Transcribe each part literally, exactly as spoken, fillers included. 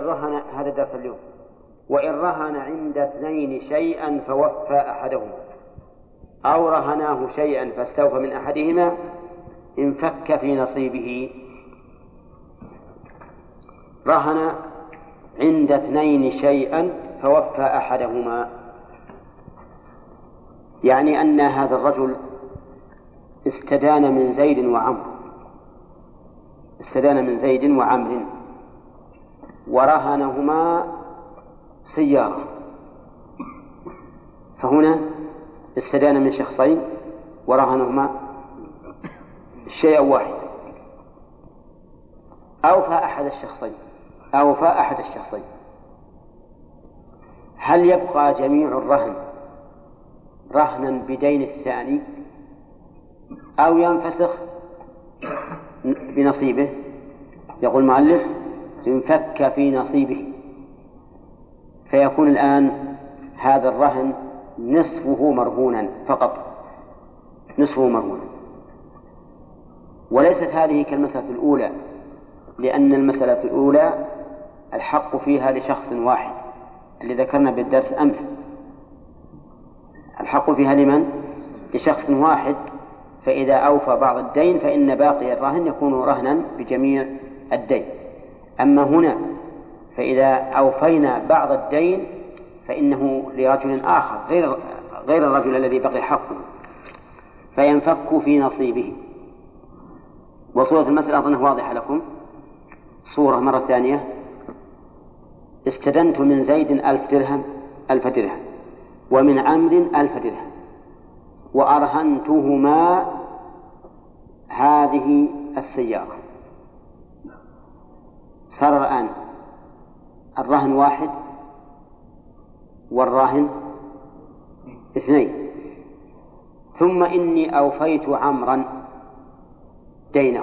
رهن هذا درس اليوم وإن رهن عند اثنين شيئا فوفى أحدهما أو رهناه شيئا فاستوفى من أحدهما انفك في نصيبه. رهن عند اثنين شيئا فوفى أحدهما يعني أن هذا الرجل استدان من زيد وعمر استدان من زيد وعمر ورهنهما سيارة، فهنا استدان من شخصين ورهنهما شيئا واحد. أوفى أحد الشخصين أوفى أحد الشخصين هل يبقى جميع الرهن رهنا بدين الثاني أو ينفسخ بنصيبه؟ يقول المؤلف انفك في نصيبه، فيكون الآن هذا الرهن نصفه مرهونا فقط، نصفه مرهونا. وليست هذه كالمسألة الأولى، لأن المسألة الأولى الحق فيها لشخص واحد اللي ذكرنا بالدرس أمس، الحق فيها لمن؟ لشخص واحد، فإذا أوفى بعض الدين فإن باقي الرهن يكون رهنا بجميع الدين. أما هنا فإذا أوفينا بعض الدين فإنه لرجل آخر غير غير الرجل الذي بقي حقه، فينفك في نصيبه. وصورة المسألة أظنها واضحة لكم. صورة مرة ثانية: استدنت من زيد ألف درهم ألف درهم ومن عمرو ألف درهم وأرهنتهما هذه السيارة. صار الآن الرهن واحد والراهن اثنين، ثم إني أوفيت عمرا دينه،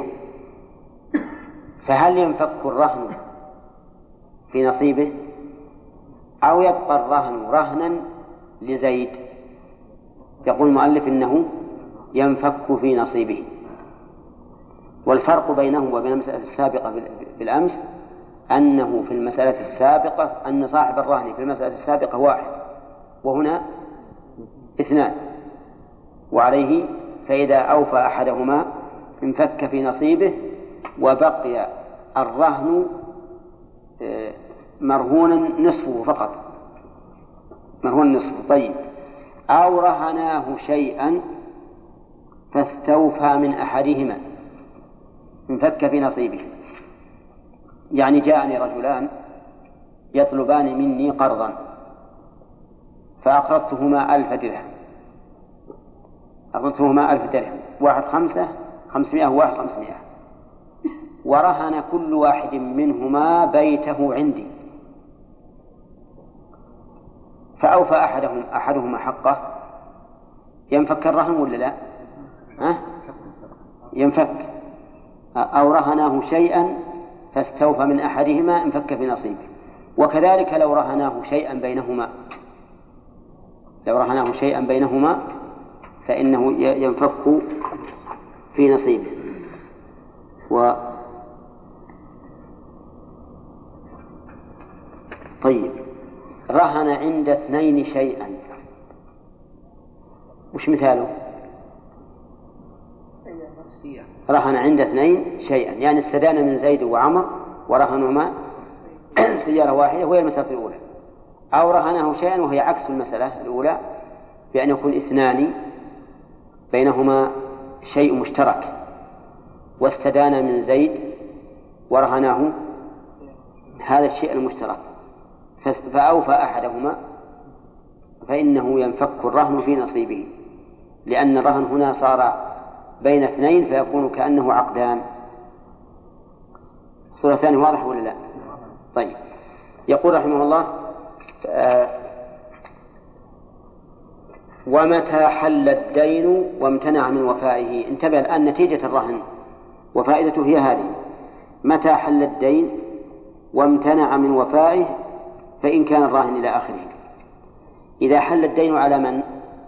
فهل ينفك الرهن في نصيبه أو يبقى الرهن رهنا لزيد؟ يقول المؤلف إنه ينفك في نصيبه. والفرق بينه وبين المسألة السابقة بالأمس أنه في المسألة السابقة أن صاحب الرهن في المسألة السابقة واحد وهنا اثنان، وعليه فإذا أوفى أحدهما انفك في نصيبه وبقي الرهن مرهونا نصفه فقط، مرهون نصفه. طيب، أو رهناه شيئا فاستوفى من أحدهما انفك في نصيبه. يعني جاءني رجلان يطلبان مني قرضا فأقرضتهما ألف درهم أقرضتهما ألف درهم واحد خمسة خمسمائة وواحد خمسمائة، ورهن كل واحد منهما بيته عندي، فأوفى أحدهم أحدهما حقه، ينفك الرهن ولا لا؟ أه؟ ينفك. أو رهناه شيئا فاستوفى من أحدهما انفك في نصيبه. وكذلك لو رهناه شيئا بينهما لو رهناه شيئا بينهما فإنه ينفك في نصيبه. و طيب، رهن عند اثنين شيئا، وش مثاله؟ رهن عند اثنين شيئا يعني استدان من زيد وعمر ورهنهما سيارة واحدة وهي المسألة الأولى. أو رهنه شيئا وهي عكس المسألة الأولى بأن يكون اثنان بينهما شيء مشترك واستدان من زيد ورهناه هذا الشيء المشترك فأوفى أحدهما فإنه ينفك الرهن في نصيبه، لأن الرهن هنا صار بين اثنين فيكون كأنه عقدان. صورة ثانية واضح ولا لا؟ طيب، يقول رحمه الله: آه ومتى حل الدين وامتنع من وفائه. انتبه الآن نتيجة الرهن وفائدته هي هذه: متى حل الدين وامتنع من وفائه فإن كان الراهن إلى آخره. إذا حل الدين على من؟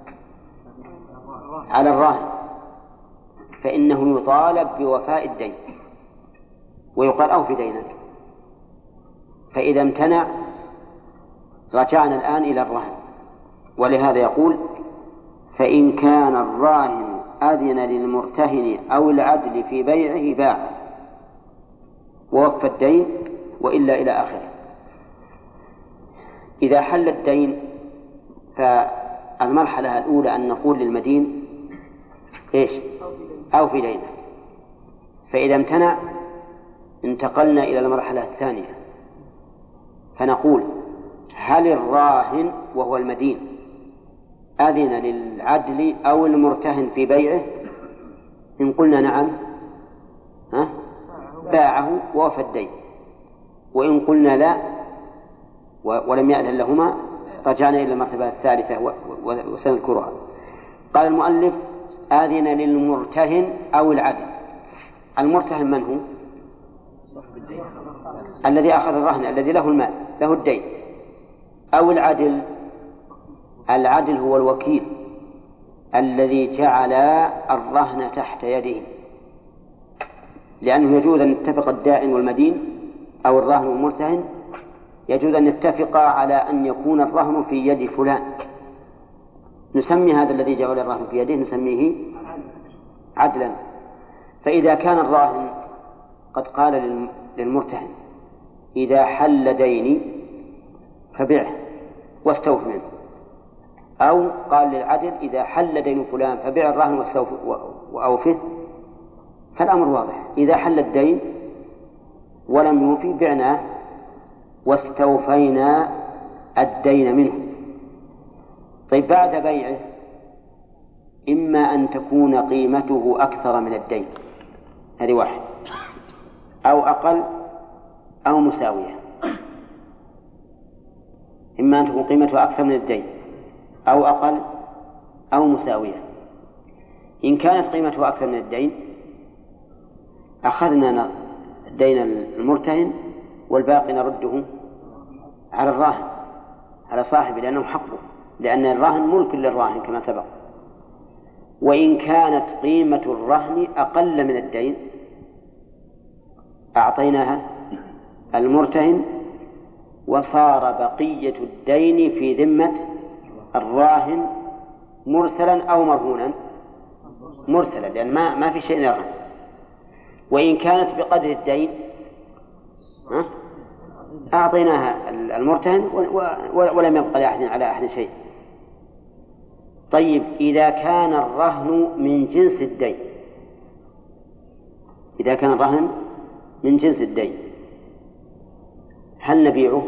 على الراهن، فإنه يطالب بوفاء الدين ويقال أوف دينك. فإذا امتنع رجعنا الآن إلى الرهن. ولهذا يقول فإن كان الراهن أذن للمرتهن أو العدل في بيعه باع ووفى الدين وإلا إلى آخره. إذا حل الدين فالمرحلة الأولى أن نقول للمدين إيش أو في دينه، فإذا امتنع انتقلنا إلى المرحلة الثانية فنقول هل الراهن وهو المدين أذن للعدل أو المرتهن في بيعه؟ إن قلنا نعم ها؟ باعه ووفى الدين، وإن قلنا لا ولم يأذن لهما رجعنا إلى المرتبة الثالثة وسنذكرها. قال المؤلف آذن للمرتهن أو العدل. المرتهن من هو؟ الذي أخذ الرهن الذي له المال له الدين. أو العدل، العدل هو الوكيل الذي جعل الرهن تحت يده، لأنه يجوز أن يتفق الدائن والمدين أو الراهن والمرتهن يجوز أن يتفقا على أن يكون الرهن في يد فلان، نسمي هذا الذي جعل الرهن في يده نسميه عدلا. فإذا كان الراهن قد قال للمرتهن إذا حل ديني فبعه واستوف منه، أو قال للعدل إذا حل دين فلان فبع الرهن وأوفه، فالأمر واضح. إذا حل الدين ولم يوفي بعناه واستوفينا الدين منه. طيب بعد بيعه إما أن تكون قيمته أكثر من الدين، هذه واحد، أو أقل أو مساوية. إما أن تكون قيمته أكثر من الدين أو أقل أو مساوية. إن كانت قيمته أكثر من الدين أخذنا دين المرتهن والباقي نرده على الراهن على صاحبه لأنه حقه، لأن الراهن ملك للراهن كما سبق. وإن كانت قيمة الرهن أقل من الدين أعطيناها المرتهن وصار بقية الدين في ذمة الراهن مرسلا أو مرهونا، مرسلا لأن ما ما في شيء يرهن. وإن كانت بقدر الدين أعطيناها المرتهن ولم يبقى لأحد على أحد شيء. طيب إذا كان الرهن من جنس الدين، إذا كان الرهن من جنس الدين هل نبيعه؟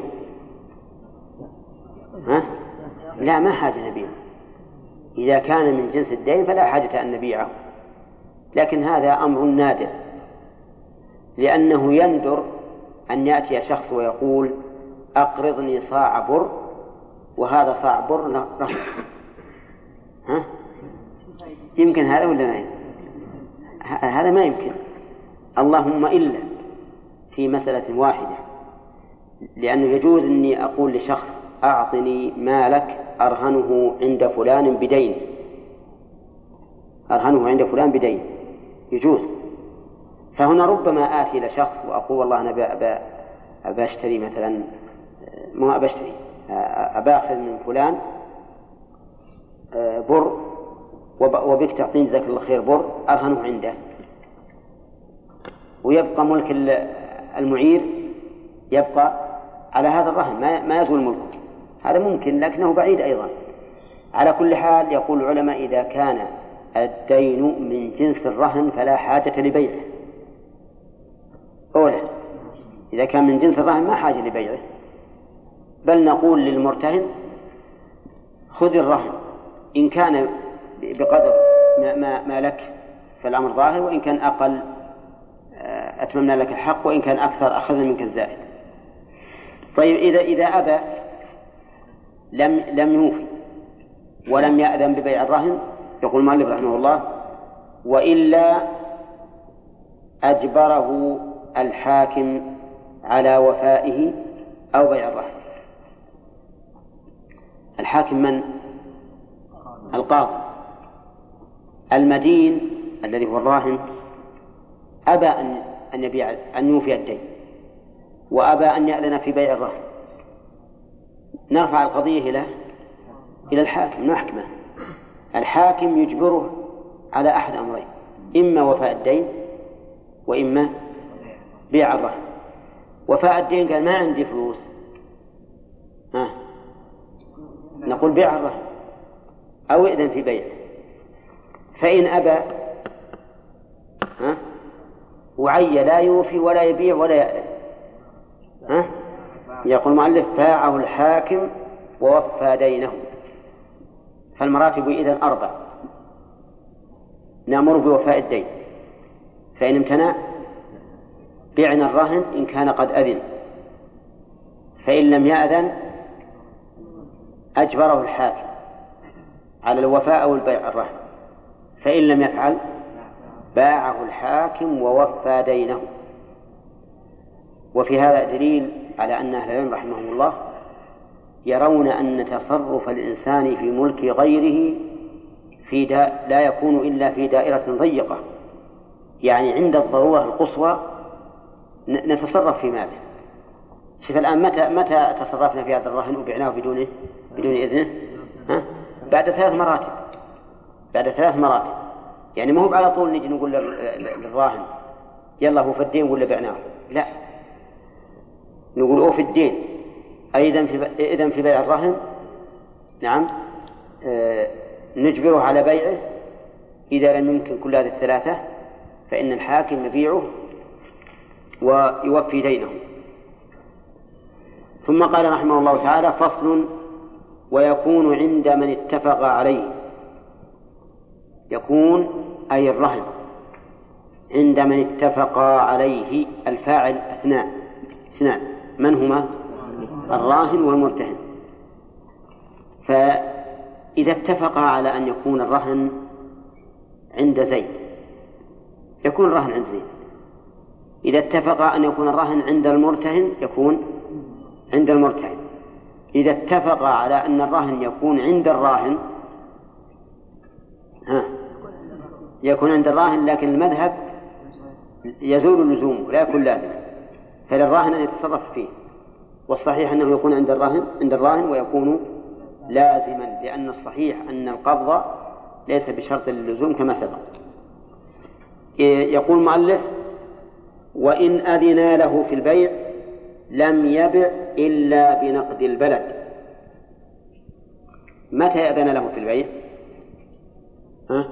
ها؟ لا، ما حاجة نبيعه. إذا كان من جنس الدين فلا حاجة أن نبيعه، لكن هذا أمر نادر، لأنه يندر أن يأتي شخص ويقول أقرضني صاع بر وهذا صاع بر رهن. ها؟ يمكن هذا ولا ما يمكن؟ هذا ما يمكن، اللهم إلا في مسألة واحدة، لأنه يجوز أني أقول لشخص أعطني مالك أرهنه عند فلان بدين، أرهنه عند فلان بدين يجوز. فهنا ربما آتي لشخص وأقول والله أنا أبا أبا أشتري مثلا، ما أبا أشتري أبا أخذ من فلان بر وبك تعطيني جزاك الله خير بر أرهنه عنده، ويبقى ملك المعير يبقى على هذا الرهن ما يزول ملكه. هذا ممكن لكنه بعيد أيضا. على كل حال يقول العلماء إذا كان الدين من جنس الرهن فلا حاجة لبيعه. أولا إذا كان من جنس الرهن ما حاجة لبيعه، بل نقول للمرتهن خذ الرهن إن كان بقدر ما, ما لك فالأمر ظاهر، وإن كان أقل أتممنا لك الحق، وإن كان أكثر أخذنا منك الزائد. طيب إذا إذا أبى لم لم يوفي ولم يأذن ببيع الرهن، يقول المؤلف رحمه الله وإلا أجبره الحاكم على وفائه أو بيع الرهن. الحاكم من؟ القاضي. المدين الذي هو الراهن أبى أن أن يبيع أن يوفي الدين، وأبى أن يأذن في بيع الرهن، نرفع القضية إلى إلى الحاكم نحكمه. الحاكم يجبره على أحد أمرين: إما وفاء الدين وإما بيع الرهن. وفاء الدين قال ما عندي فلوس، ها نقول بيع الرهن أو إذن في بيع. فإن أبى ها وعي لا يوفي ولا يبيع ولا يأذن، ها يقول المؤلف: باعه الحاكم ووفى دينه. فالمراتب إذن أربع: نأمر بوفاء الدين، فإن امتنع بعنا الرهن إن كان قد أذن، فإن لم يأذن أجبره الحاكم على الوفاء أو البيع الرهن، فإن لم يفعل باعه الحاكم ووفى دينه. وفي هذا دليل على أن أهل العلم رحمهم الله يرون أن تصرف الإنسان في ملك غيره في دا لا يكون إلا في دائرة ضيقة، يعني عند الضرورة القصوى نتصرف في ماله. شوف الآن متى متى تصرفنا في هذا الرهن وبعناه بدون بدون إذنه؟ ها؟ بعد ثلاث مراتب بعد ثلاث مراتب يعني ما هو على طول نجي نقول للراهن يلا هو في الدين ولا بعناه، لا، نقول أوف الدين أيضا في إذن في بيع الرهن، نعم آه نجبره على بيعه. إذا لم يمكن كل هذه الثلاثة فإن الحاكم يبيعه ويوفي دينه. ثم قال رحمه الله تعالى: فصل: ويكون عند من اتفق عليه. يكون أي الرهن عند من اتفق عليه. الفاعل اثنان اثنان من هما؟ الراهن والمرتهن. فإذا اتفق على أن يكون الرهن عند زيد يكون الرهن عند زيد، إذا اتفق أن يكون الرهن عند المرتهن يكون عند المرتهن، إذا اتفق على أن الرهن يكون عند الراهن ها يكون عند الراهن، لكن المذهب يزول اللزوم ولا يكون لازم، فللراهن أن يتصرف فيه، والصحيح أنه يكون عند الراهن عند الراهن ويكون لازما، لأن الصحيح أن القبض ليس بشرط للزوم كما سبق. يقول المؤلف: وإن أذن له في البيع لم يبع إلا بنقد البلد. متى أذن له في البيع؟ ها؟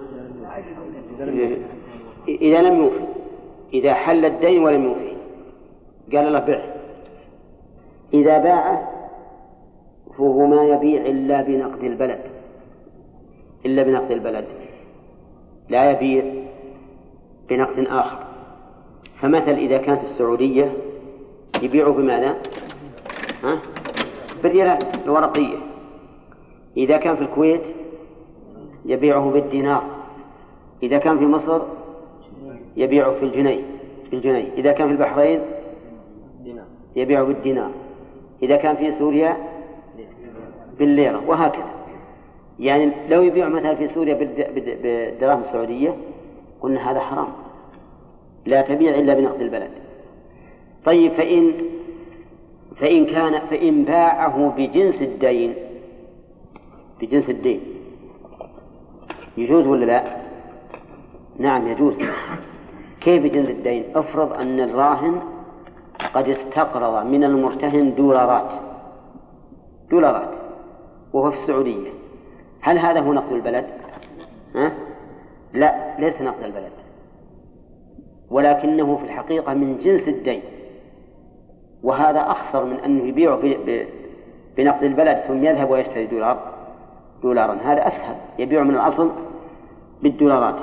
إذا لم يوفي، إذا حل الدين ولم يوفي قال له بيع. إذا باعه فهو ما يبيع إلا بنقد البلد إلا بنقد البلد لا يبيع بنقد آخر. فمثل إذا كان في السعودية يبيعه بماذا؟ ها؟ بالريالات الورقية. إذا كان في الكويت يبيعه بالدينار. إذا كان في مصر يبيعه في الجنيه في الجنيه. إذا كان في البحرين يبيعه بالدينار. إذا كان في سوريا بالليرة، وهكذا. يعني لو يبيع مثلا في سوريا بالدراهم السعودية قلنا هذا حرام، لا تبيع إلا بنقد البلد. طيب فإن فإن كان فإن باعه بجنس الدين بجنس الدين يجوز ولا لا؟ نعم يجوز. كيف بجنس الدين؟ افرض أن الراهن قد استقرض من المرتهن دولارات دولارات وهو في السعودية، هل هذا هو نقد البلد؟ ها؟ لا، ليس نقد البلد، ولكنه في الحقيقة من جنس الدين، وهذا أخسر من أنه يبيعه بنقد البلد ثم يذهب ويشتري دولار دولارا. هذا أسهل، يبيع من الأصل بالدولارات.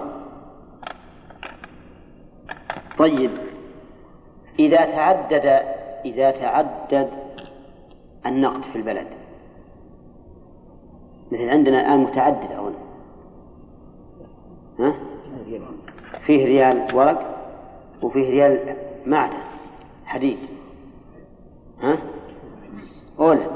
طيب إذا تعدد إذا تعدد النقد في البلد، مثل عندنا الآن متعدد أولا، ها؟ فيه ريال ورق وفيه ريال معدن حديد، ها؟ أولا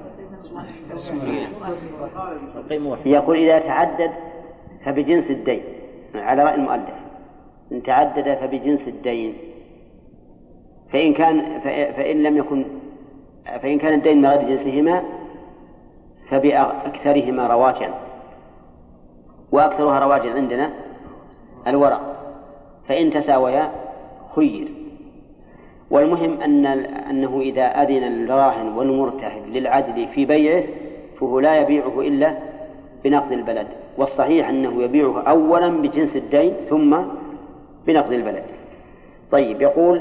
يقول إذا تعدد فبجنس الدين على رأي المؤلف، إن تعدد فبجنس الدين، فإن كان فإن لم يكن فإن كان الدين من غير جنسهما فبأكثرهما رواجا، وأكثرها رواجا عندنا الورق، فإن تساويا خير. والمهم أن أنه إذا أذن الراهن والمرتهن للعدل في بيعه فهو لا يبيعه إلا بنقد البلد، والصحيح أنه يبيعه أولا بجنس الدين ثم بنقد البلد. طيب، يقول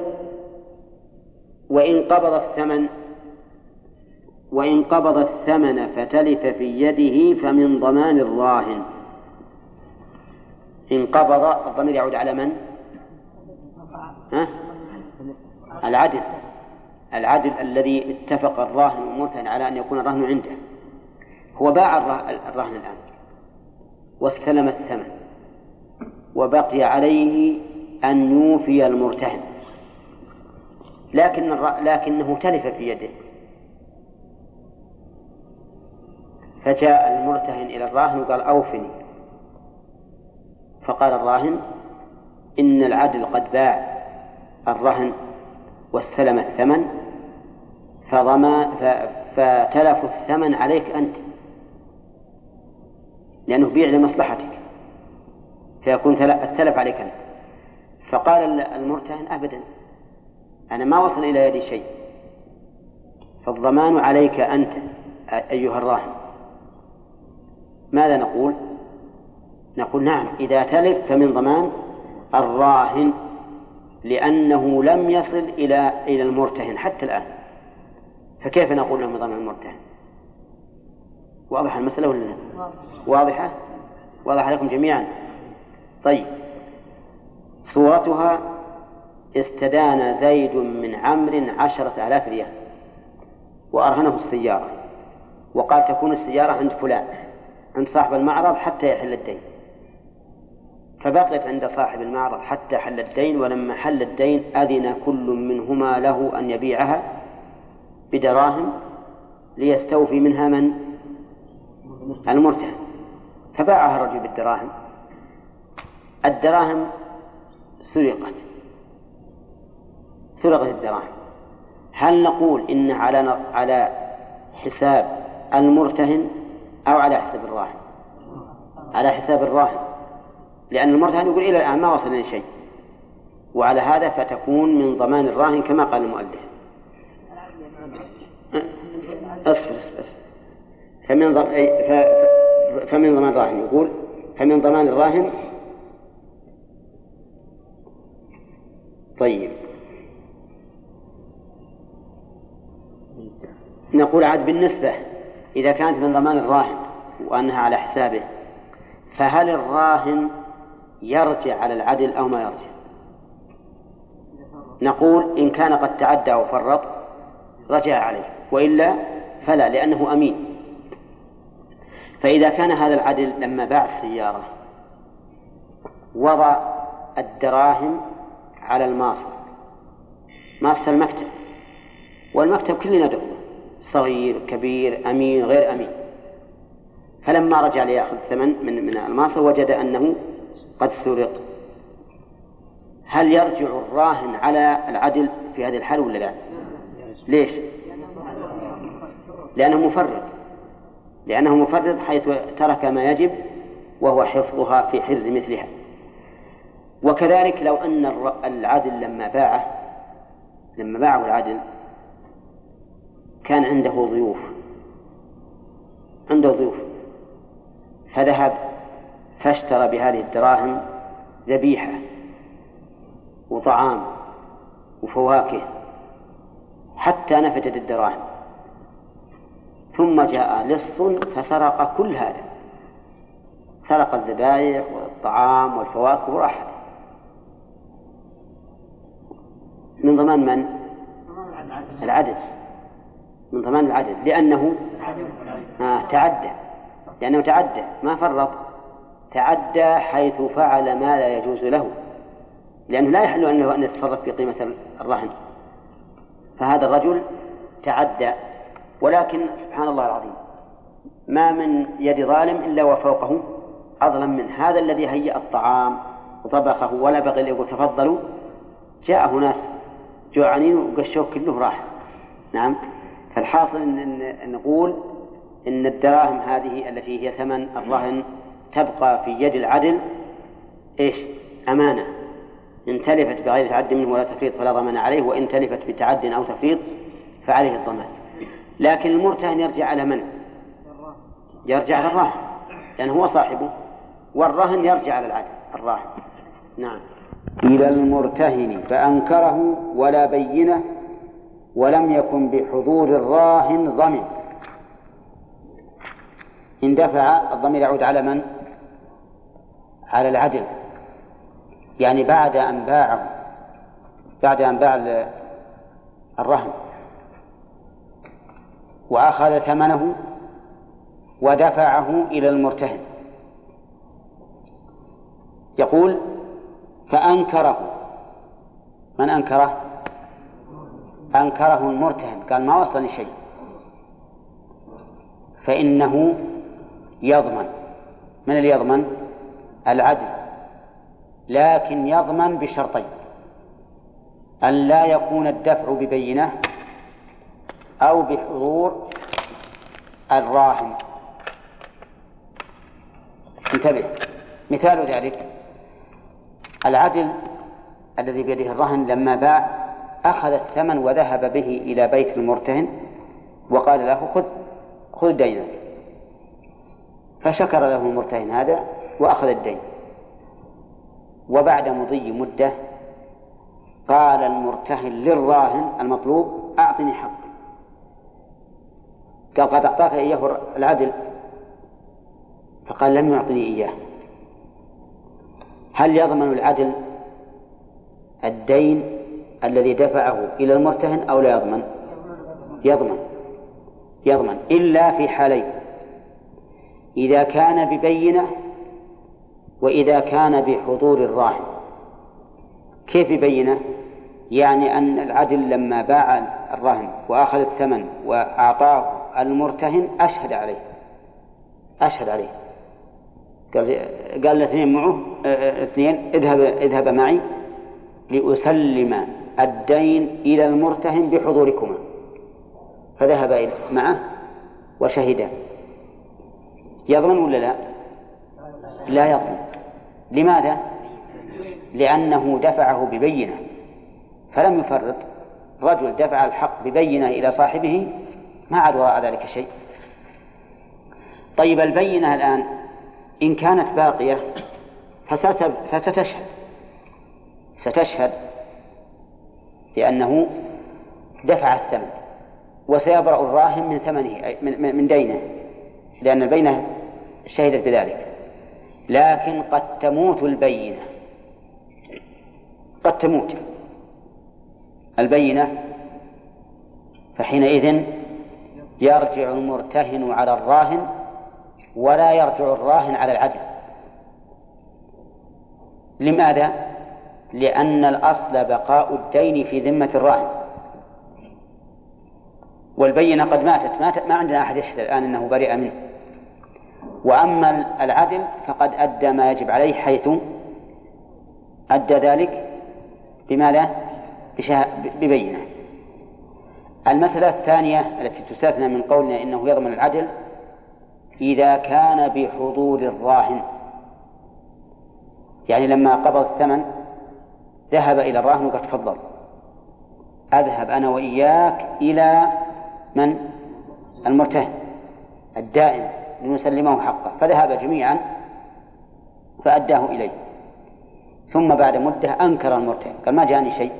وإن قبض الثمن وإن قبض الثمن فتلف في يده فمن ضمان الراهن. إن قبض، الضمير يعود على من؟ ها؟ العدل العدل الذي اتفق الراهن والمرتهن على أن يكون الرهن عنده. هو باع الرهن الآن واستلم الثمن، وبقي عليه أن يوفي المرتهن، لكن لكنه تلف في يده، فجاء المرتهن إلى الراهن وقال أوفني، فقال الراهن إن العدل قد باع الرهن واستلم الثمن، فضما فتلف الثمن عليك أنت، لأنه بيع لمصلحتك، فيكون التلف عليك أنت. فقال المرتهن أبدا، أنا ما وصل إلى يدي شيء، فالضمان عليك أنت أيها الراهن. ماذا نقول؟ نقول نعم، إذا تلف فمن ضمان الراهن، لأنه لم يصل إلى إلى المرتهن حتى الآن، فكيف نقول له من ضمان المرتهن؟ واضح المسألة ولا لا؟ واضحة؟ واضح لكم جميعا؟ طيب، صورتها: استدان زيد من عمرو عشرة آلاف ريال وأرهنه السيارة، وقال تكون السيارة عند فلان عند صاحب المعرض حتى يحل الدين، فبقيت عند صاحب المعرض حتى حل الدين، ولما حل الدين أذن كل منهما له أن يبيعها بدراهم ليستوفي منها من؟ المرتهن، فباعها الرجل بالدراهم. الدراهم سرقت سرقت الدراهم، هل نقول إن على على حساب المرتهن أو على حساب الراهن؟ على حساب الراهن، لأن المرتهن يقول إلى الآن ما وصلني شيء، وعلى هذا فتكون من ضمان الراهن كما قال المؤلف. أصبر أصبر فمن ضم... ف... فمن ضمان الراهن، يقول فمن ضمان الراهن. طيب، نقول عاد بالنسبة إذا كانت من ضمان الراهن وأنها على حسابه، فهل الراهن يرجع على العدل أو ما يرجع؟ نقول إن كان قد تعدى أو فرط رجع عليه، وإلا فلا، لأنه أمين. فإذا كان هذا العدل لما باع السيارة وضع الدراهم على الماصر، ماصر المكتب، والمكتب كلنا ندعو صغير كبير أمين غير أمين، فلما رجع ليأخذ ثمن من من الماصر وجد أنه قد سرق، هل يرجع الراهن على العدل في هذه الحال ولا لا؟ ليش؟ لأنه مفرط لأنه مفرط حيث ترك ما يجب وهو حفظها في حرز مثلها. وكذلك لو أن العدل لما باعه لما باعه العدل كان عنده ضيوف عنده ضيوف فذهب فاشترى بهذه الدراهم ذبيحة وطعام وفواكه حتى نفدت الدراهم، ثم جاء لص فسرق كل هذا، سرق الذبائح والطعام والفواكه وراحت. من ضمان من؟ العدل، من ضمان العدل، لأنه آه تعدى لأنه تعدى ما فرط، تعدى حيث فعل ما لا يجوز له، لأنه لا يحل أنه أن يتصرف في قيمة الرهن، فهذا الرجل تعدى. ولكن سبحان الله العظيم ما من يد ظالم إلا وفوقه أظلم من هذا الذي هيأ الطعام وطبخه ولا بغي يقول تفضلوا. جاءه ناس جوعانين وقشوك كله راح. نعم. فالحاصل إن, إن نقول إن الدراهم هذه التي هي ثمن الرهن تبقى في يد العدل إيش؟ أمانة، إن تلفت بغير تعد منه ولا تفريط فلا ضمان عليه، وإن تلفت بتعد أو تفريط فعليه الضمان. لكن المرتهن يرجع على من؟ يرجع على الراهن لأنه هو صاحبه، والرهن يرجع على العدل الراهن. نعم. إلى المرتهن فأنكره ولا بينة ولم يكن بحضور الراهن ضمن. اندفع الضمير يعود على من؟ على العدل، يعني بعد أن باعه بعد أن باع الرهن وأخذ ثمنه ودفعه إلى المرتهن. يقول فأنكره. من أنكره؟ أنكره المرتهن، قال ما وصلني شيء، فإنه يضمن. من اللي يضمن؟ العدل، لكن يضمن بشرطين: أن لا يكون الدفع ببينة أو بحضور الراهن. انتبه، مثال ذلك العدل الذي بيده الرهن لما باع أخذ الثمن وذهب به إلى بيت المرتهن وقال له خذ خذ دينك، فشكر له المرتهن هذا وأخذ الدين. وبعد مضي مدة قال المرتهن للراهن المطلوب أعطني حق، قال قد أعطاك إياه العدل، فقال لم يعطني إياه. هل يضمن العدل الدين الذي دفعه إلى المرتهن أو لا يضمن؟ يضمن يضمن إلا في حالين: إذا كان ببينة وإذا كان بحضور الراهن. كيف ببينة؟ يعني أن العدل لما باع الرهن وأخذ الثمن وأعطاه المرتهن أشهد عليه أشهد عليه قال قال الاثنين معه اثنين اذهب اذهب معي لأسلم الدين إلى المرتهن بحضوركما، فذهب معه وشهدا. يضمن ولا لا؟ لا يضمن. لماذا؟ لأنه دفعه ببينة فلم يفرط. رجل دفع الحق ببينة إلى صاحبه ما عاد وراء ذلك شيء. طيب البينة الآن إن كانت باقية فستشهد ستشهد لأنه دفع الثمن، وسيبرأ الراهن من ثمنه من دينه لأن البينة شهدت بذلك. لكن قد تموت البينة قد تموت البينة فحينئذ يرجع المرتهن على الراهن ولا يرجع الراهن على العدل. لماذا؟ لأن الأصل بقاء الدين في ذمة الراهن، والبينة قد ماتت ما عندنا أحد يشهد الآن أنه بريء منه. وأما العدل فقد أدى ما يجب عليه، حيث أدى ذلك بماذا؟ ببينة. المسألة الثانية التي تستثنى من قولنا إنه يضمن العدل إذا كان بحضور الراهن، يعني لما قبض الثمن ذهب إلى الراهن وقال تفضل أذهب أنا وإياك إلى من؟ المرتهن الدائم لنسلمه حقه، فذهب جميعا فأداه إليه. ثم بعد مدة أنكر المرتهن قال ما جاءني شيء،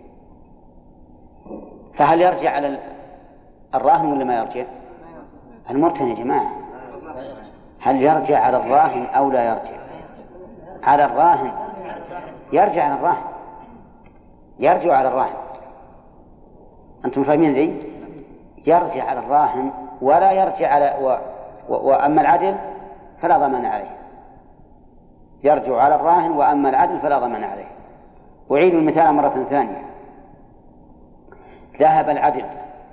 فهل يرجع على الراهن ولا ما يرجع؟ المرتهن يا جماعة هل يرجع على الراهن أو لا يرجع؟ على الراهن. يرجع على الراهن يرجع على الراهن أنتم فاهمين ذي؟ يرجع على الراهن ولا يرجع على و... و... وأما العدل فلا ضمان عليه. يرجع على الراهن وأما العدل فلا ضمان عليه. أعيد المثال مرة ثانية. ذهب العدل،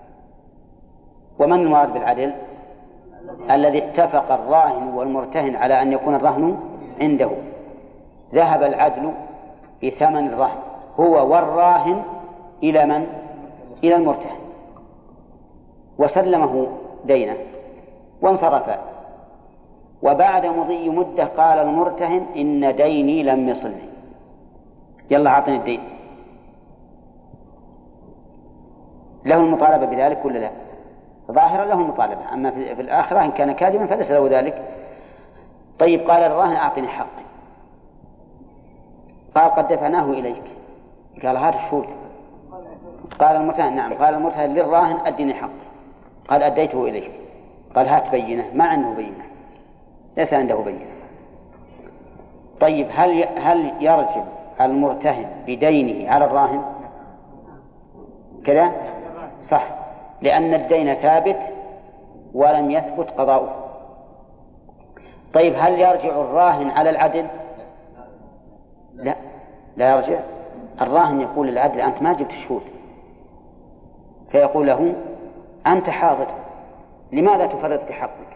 ومن المراد بالعدل؟ الذي اتفق الراهن والمرتهن على أن يكون الرهن عنده. ذهب العدل بثمن الرهن هو والراهن إلى من؟ إلى المرتهن، وسلمه دينه وانصرف. وبعد مضي مدة قال المرتهن إن ديني لم يصلني، يلا أعطني الدين. له المطالبة بذلك ولا لا؟ ظاهرا له المطالبة، أما في الآخرة إن كان كاذبا فليس له ذلك. طيب قال الراهن أعطني حقي، قال قد دفعناه إليك، قال هذا شهود. قال المرتهن نعم، قال المرتهن للراهن أدني حقي، قال أديته إليك، قال هات بينة، ما عنده بينة، ليس عنده بينة. طيب هل هل يرجع المرتهن بدينه على الراهن كذا؟ صح، لأن الدين ثابت ولم يثبت قضاؤه. طيب هل يرجع الراهن على العدل؟ لا، لا يرجع. الراهن يقول للعدل أنت ما جبت شهود، فيقول له أنت حاضر، لماذا تفرط في حقك؟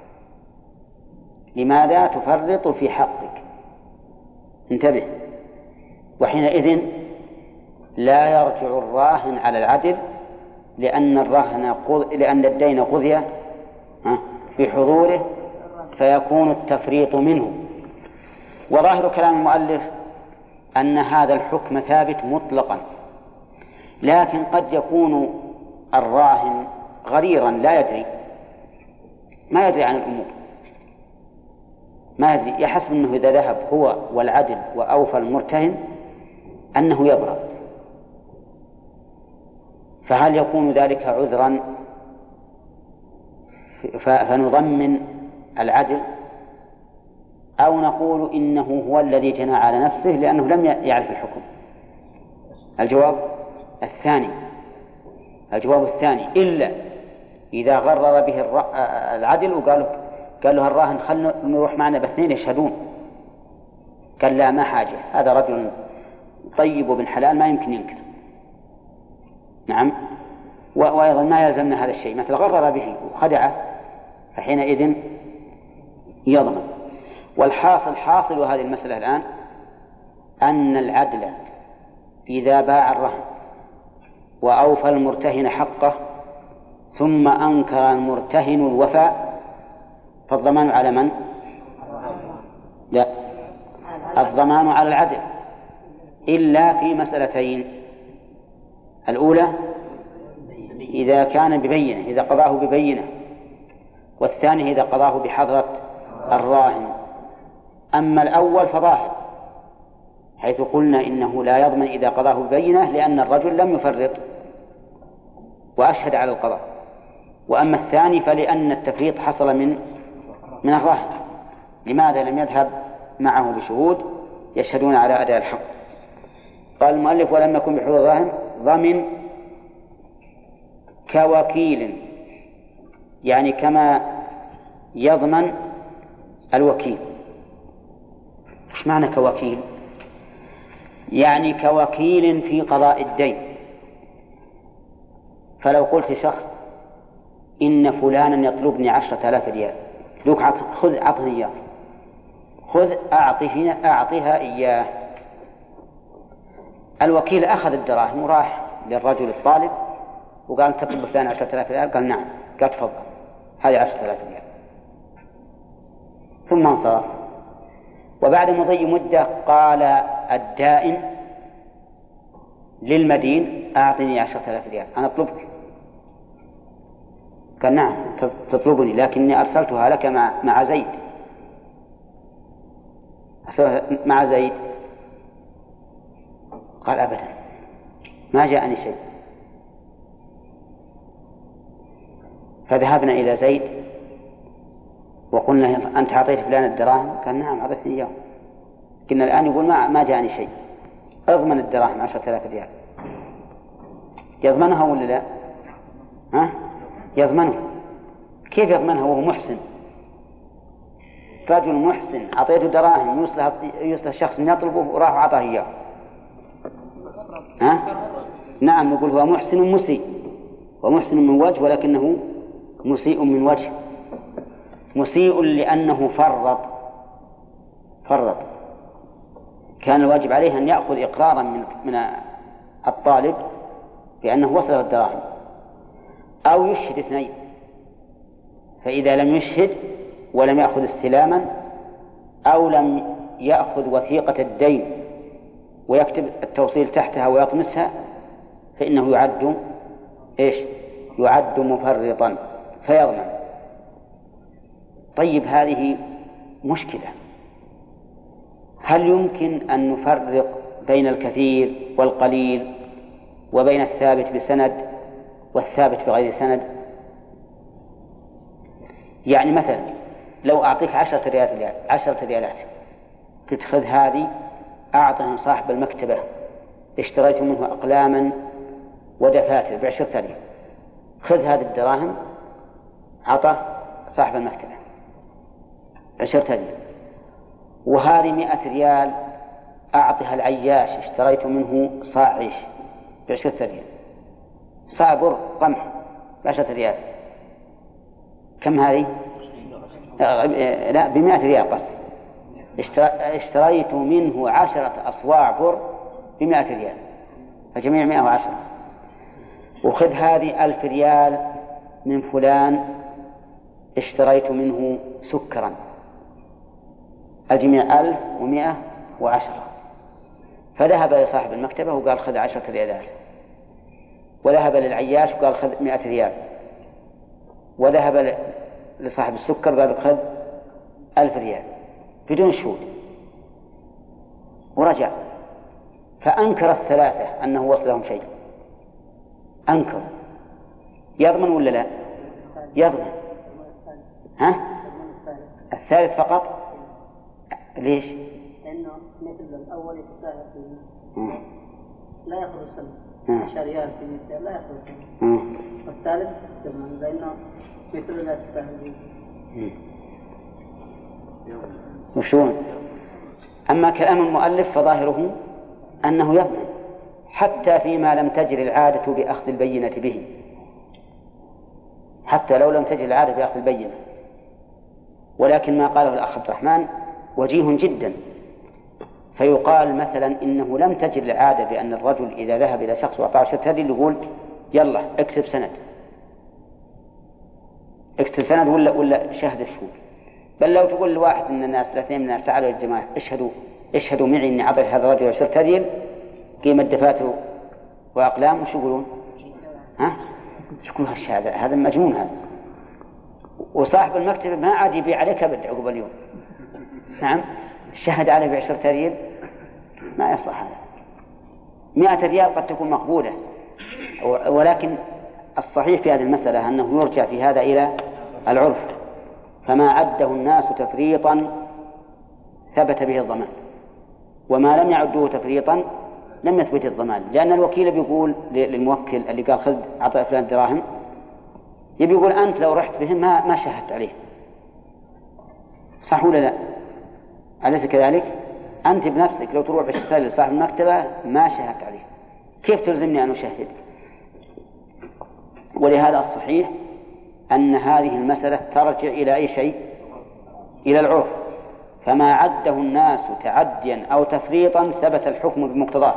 لماذا تفرط في حقك؟ انتبه. وحينئذ لا يرجع الراهن على العدل، لأن الرهن قض... لأن الدين قضي في حضوره، فيكون التفريط منه. وظاهر كلام المؤلف أن هذا الحكم ثابت مطلقا، لكن قد يكون الراهن غريرا لا يدري، ما يدري عن الأمور، ما يدري، يحسب أنه إذا ذهب هو والعدل وأوفى المرتهن أنه يبرأ، فهل يكون ذلك عذرا فنضمن العدل، أو نقول إنه هو الذي جنى على نفسه لأنه لم يعرف الحكم؟ الجواب الثاني، الجواب الثاني، إلا إذا غرر به العدل وقال قال له الراهن خلنا نروح معنا باثنين يشهدون، قال لا ما حاجة، هذا رجل طيب وبن حلال ما يمكن ينكر. نعم، وأيضا ما يلزمنا هذا الشيء، مثل غرر به وخدعه، فحينئذ يضمن. والحاصل حاصل هذه المسألة الآن أن العدل إذا باع الرهن وأوفى المرتهن حقه ثم أنكر المرتهن الوفاء، فالضمان على من؟ لا، الضمان على العدل، إلا في مسألتين: الأولى إذا كان ببينة، إذا قضاه ببينة، والثاني إذا قضاه بحضرة الراهن. أما الأول فظاهر، حيث قلنا إنه لا يضمن إذا قضاه ببينة لأن الرجل لم يفرط وأشهد على القضاء. وأما الثاني فلأن التفريط حصل من من الراهن. لماذا لم يذهب معه بشهود يشهدون على أداء الحق؟ قال المؤلف: ولم يكن بحضور الراهن ضمن كوكيل، يعني كما يضمن الوكيل. ايش معنى كوكيل؟ يعني كوكيل في قضاء الدين. فلو قلت شخص إن فلانا يطلبني عشرة آلاف ريال، لوك خذ أعطني إياه، خذ أعطيها أعطيها إياه. الوكيل أخذ الدراهم وراح للرجل الطالب وقال: تطلب فلان عشرة آلاف ريال؟ قال: نعم. قال: تفضل، هذه عشرة آلاف ريال. ثم انصرف. وبعد مضي مدة قال الدائن للمدين: أعطني عشرة آلاف ريال، أنا أطلبك. قال: نعم تطلبني، لكني أرسلتها لك مع مع زيد مع زيد. قال: أبدا، ما جاءني شيء. فذهبنا إلى زيد وقلنا: أنت أعطيت فلان الدراهم؟ قال: نعم أعطيتني إياه. قلنا: الآن يقول ما ما جاءني شيء، أضمن الدراهم عشرة آلاف ريال. يضمنها ولا لا؟ ها؟ يضمنه. كيف يضمنها وهو محسن؟ رجل محسن أعطيته دراهم يوصلها يوصل الشخص من يطلبه وراح وعطاه إياه. ها؟ نعم، نقول هو محسن مسيء، ومحسن من وجه ولكنه مسيء من وجه. مسيء لأنه فرط فرط كان الواجب عليه أن يأخذ إقرارا من من الطالب بأنه وصله الدراهم، أو يشهد اثنين، فإذا لم يشهد ولم يأخذ استلاما أو لم يأخذ وثيقة الدين ويكتب التوصيل تحتها ويطمسها فإنه يعد إيش؟ يعد مفرطا فيضمن. طيب هذه مشكلة، هل يمكن أن نفرق بين الكثير والقليل وبين الثابت بسند والثابت بغير سند؟ يعني مثلا لو أعطيك عشرة ريالات عشرة ريالات قلت خذ هذه أعطها صاحب المكتبة اشتريت منه أقلاما ودفاتر بعشرة ريال، خذ هذه الدراهم عطى صاحب المكتبة عشرة ريال، وهذه مئة ريال أعطها العياش اشتريت منه صاع عيش بعشرة ريال، صاع بر قمح بعشرة ريال، كم هذه؟ لا بمئة ريال قصدي، اشتريت منه عشرة أصواع بر بمئة ريال فجميع مئة وعشرة، وخذ هذه ألف ريال من فلان اشتريت منه سكرا الجميع ألف ومئة وعشرة، فذهب لصاحب المكتبة وقال خذ عشرة ريالات، وذهب للعياش وقال خذ مئة ريال، وذهب لصاحب السكر قال خذ ألف ريال بدون شهود، ورجع فأنكر الثلاثة أنه وصلهم شيء، أنكر، يضمن ولا لا؟ يضمن. ها؟ الثالث فقط. ليش؟ لأنه مثل الأول يتساهل فيه لا يأخذ السنة عشر ريال في مثل لا يأخذ السنة، والثالث تمام لأنه مثل لا تساهل فيه. وشون؟ أما كلام المؤلف فظاهره أنه يضمن حتى فيما لم تجر العادة بأخذ البينة به، حتى لو لم تجر العادة بأخذ البينة. ولكن ما قاله الأخ عبد الرحمن وجيه جدا، فيقال مثلا إنه لم تجر العادة بأن الرجل إذا ذهب إلى شخص وأعطاه شهادة هذه يقول يلا اكتب سند، اكتب سند ولا ولا شهادة شهود، بل لو تقول لواحد من الناس ثلاثين من الناس تعالوا يا جماعة اشهدوا اشهدوا معي إني أعطيت هذا الرجل عشرة ريال قيمة دفاتر وأقلام، وش يقولون؟ ها؟ يقول هالشهادة هذا مجنون هذا، وصاحب المكتب ما عاد يبيع عليك أبد عقب اليوم. نعم الشهد عليه بعشرة ريال ما يصلح هذا. مئة ريال قد تكون مقبولة، ولكن الصحيح في هذه المسألة أنه يرجع في هذا إلى العرف، فما عده الناس تفريطا ثبت به الضمان، وما لم يعدوه تفريطا لم يثبت الضمان، لأن الوكيل بيقول للموكل اللي قال خذ عطاء فلان دراهم يبي يقول أنت لو رحت بهم ما ما شهدت عليه، صح ولا لا؟ أليس كذلك؟ أنت بنفسك لو تروح بالشهادة لصاحب المكتبة ما شهدت عليه، كيف تلزمني أن أشهد؟ ولهذا الصحيح أن هذه المسألة ترجع إلى أي شيء؟ إلى العرف، فما عده الناس تعديا أو تفريطا ثبت الحكم بمقتضاه،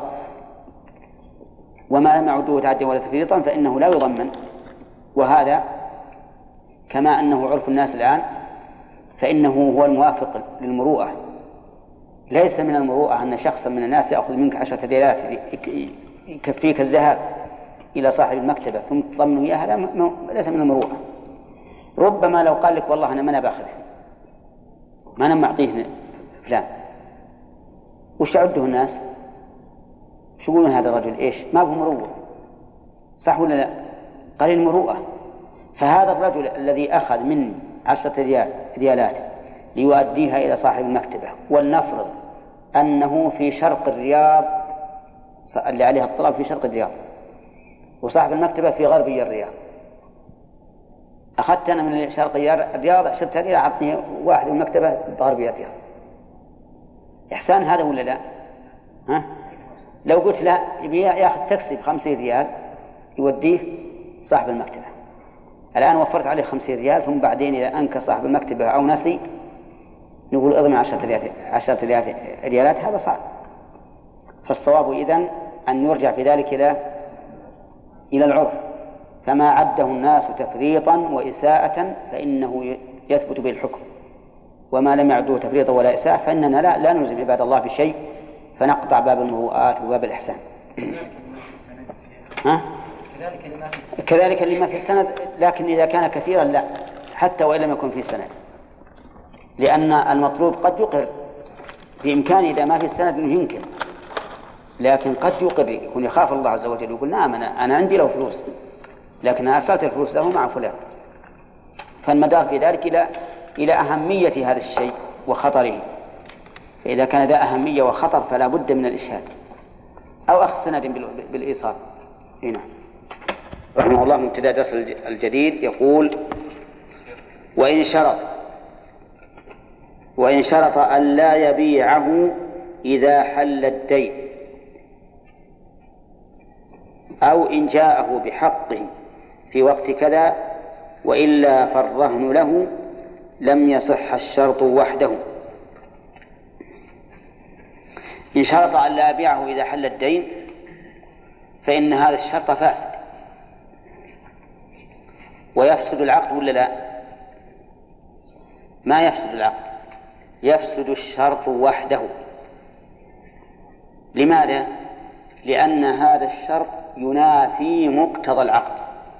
وما لم يعدوه تعديا ولا تفريطا فإنه لا يضمن. وهذا كما أنه عرف الناس الآن فإنه هو الموافق للمروءة. ليس من المروءة أن شخصا من الناس يأخذ منك عشرة ريالات يكفيك الذهاب إلى صاحب المكتبة ثم تضمنه إياها، ليس من المروءة. ربما لو قال لك والله أنا ما أنا باخذه ما أنا معطيه فلان، وش يعده الناس؟ شو يقولون هذا الرجل إيش؟ ما هو مروءة، صح ولا لا؟ قليل المروءة. فهذا الرجل الذي أخذ من عشرة ريال ريالات ليؤديها إلى صاحب المكتبة، ولنفرض أنه في شرق الرياض اللي عليها الطلب في شرق الرياض وصاحب المكتبة في غربي الرياض، أخذت أنا من شرق الرياض عشرة ريال أعطني واحد من المكتبة بغربي الرياض، إحسان هذا ولا لا؟ ها؟ لو قلت لا يبي يأخذ تاكسي بخمسين ريال يوديه صاحب المكتبة، الآن وفرت عليه خمسين ريال ثم بعدين إذا أنكر صاحب المكتبة أو نسي نقول اضمع عشرة ريالات عشرة ريالات، هذا صعب. فالصواب إذن أن يرجع في ذلك إلى إلى العرف، فما عده الناس تفريطا وإساءة فإنه يثبت به الحكم، وما لم يعدوه تفريطا ولا إساءة فإننا لا, لا نلزم عباد الله بشيء فنقطع باب المروءات وباب الإحسان. ها؟ كذلك لما في السند، لكن إذا كان كثيرا لا، حتى وإن لم يكن في السند، لأن المطلوب قد يقر، في إمكان إذا ما في السند أنه ينكر، لكن قد يقر، يكون يخاف الله عز وجل يقول نعم أنا, أنا عندي له فلوس لكن أرسلت الفلوس له مع فلان. فالمدار في ذلك إلى إلى أهمية هذا الشيء وخطره، فإذا كان ذا أهمية وخطر فلا بد من الإشهاد أو أخذ سند بالإيصال. هنا رحمه الله مبتدأ درس الجديد يقول: وإن شرط وإن شرط أن لا يبيعه إذا حل الدين، أو إن جاءه بحقه في وقت كذا وإلا فالرهن له، لم يصح الشرط وحده. إن شرط أن لا يبيعه إذا حل الدين فإن هذا الشرط فاسد ويفسد العقد، ولا لا؟ ما يفسد العقد، يفسد الشرط وحده. لماذا؟ لأن هذا الشرط ينافي مقتضى العقد،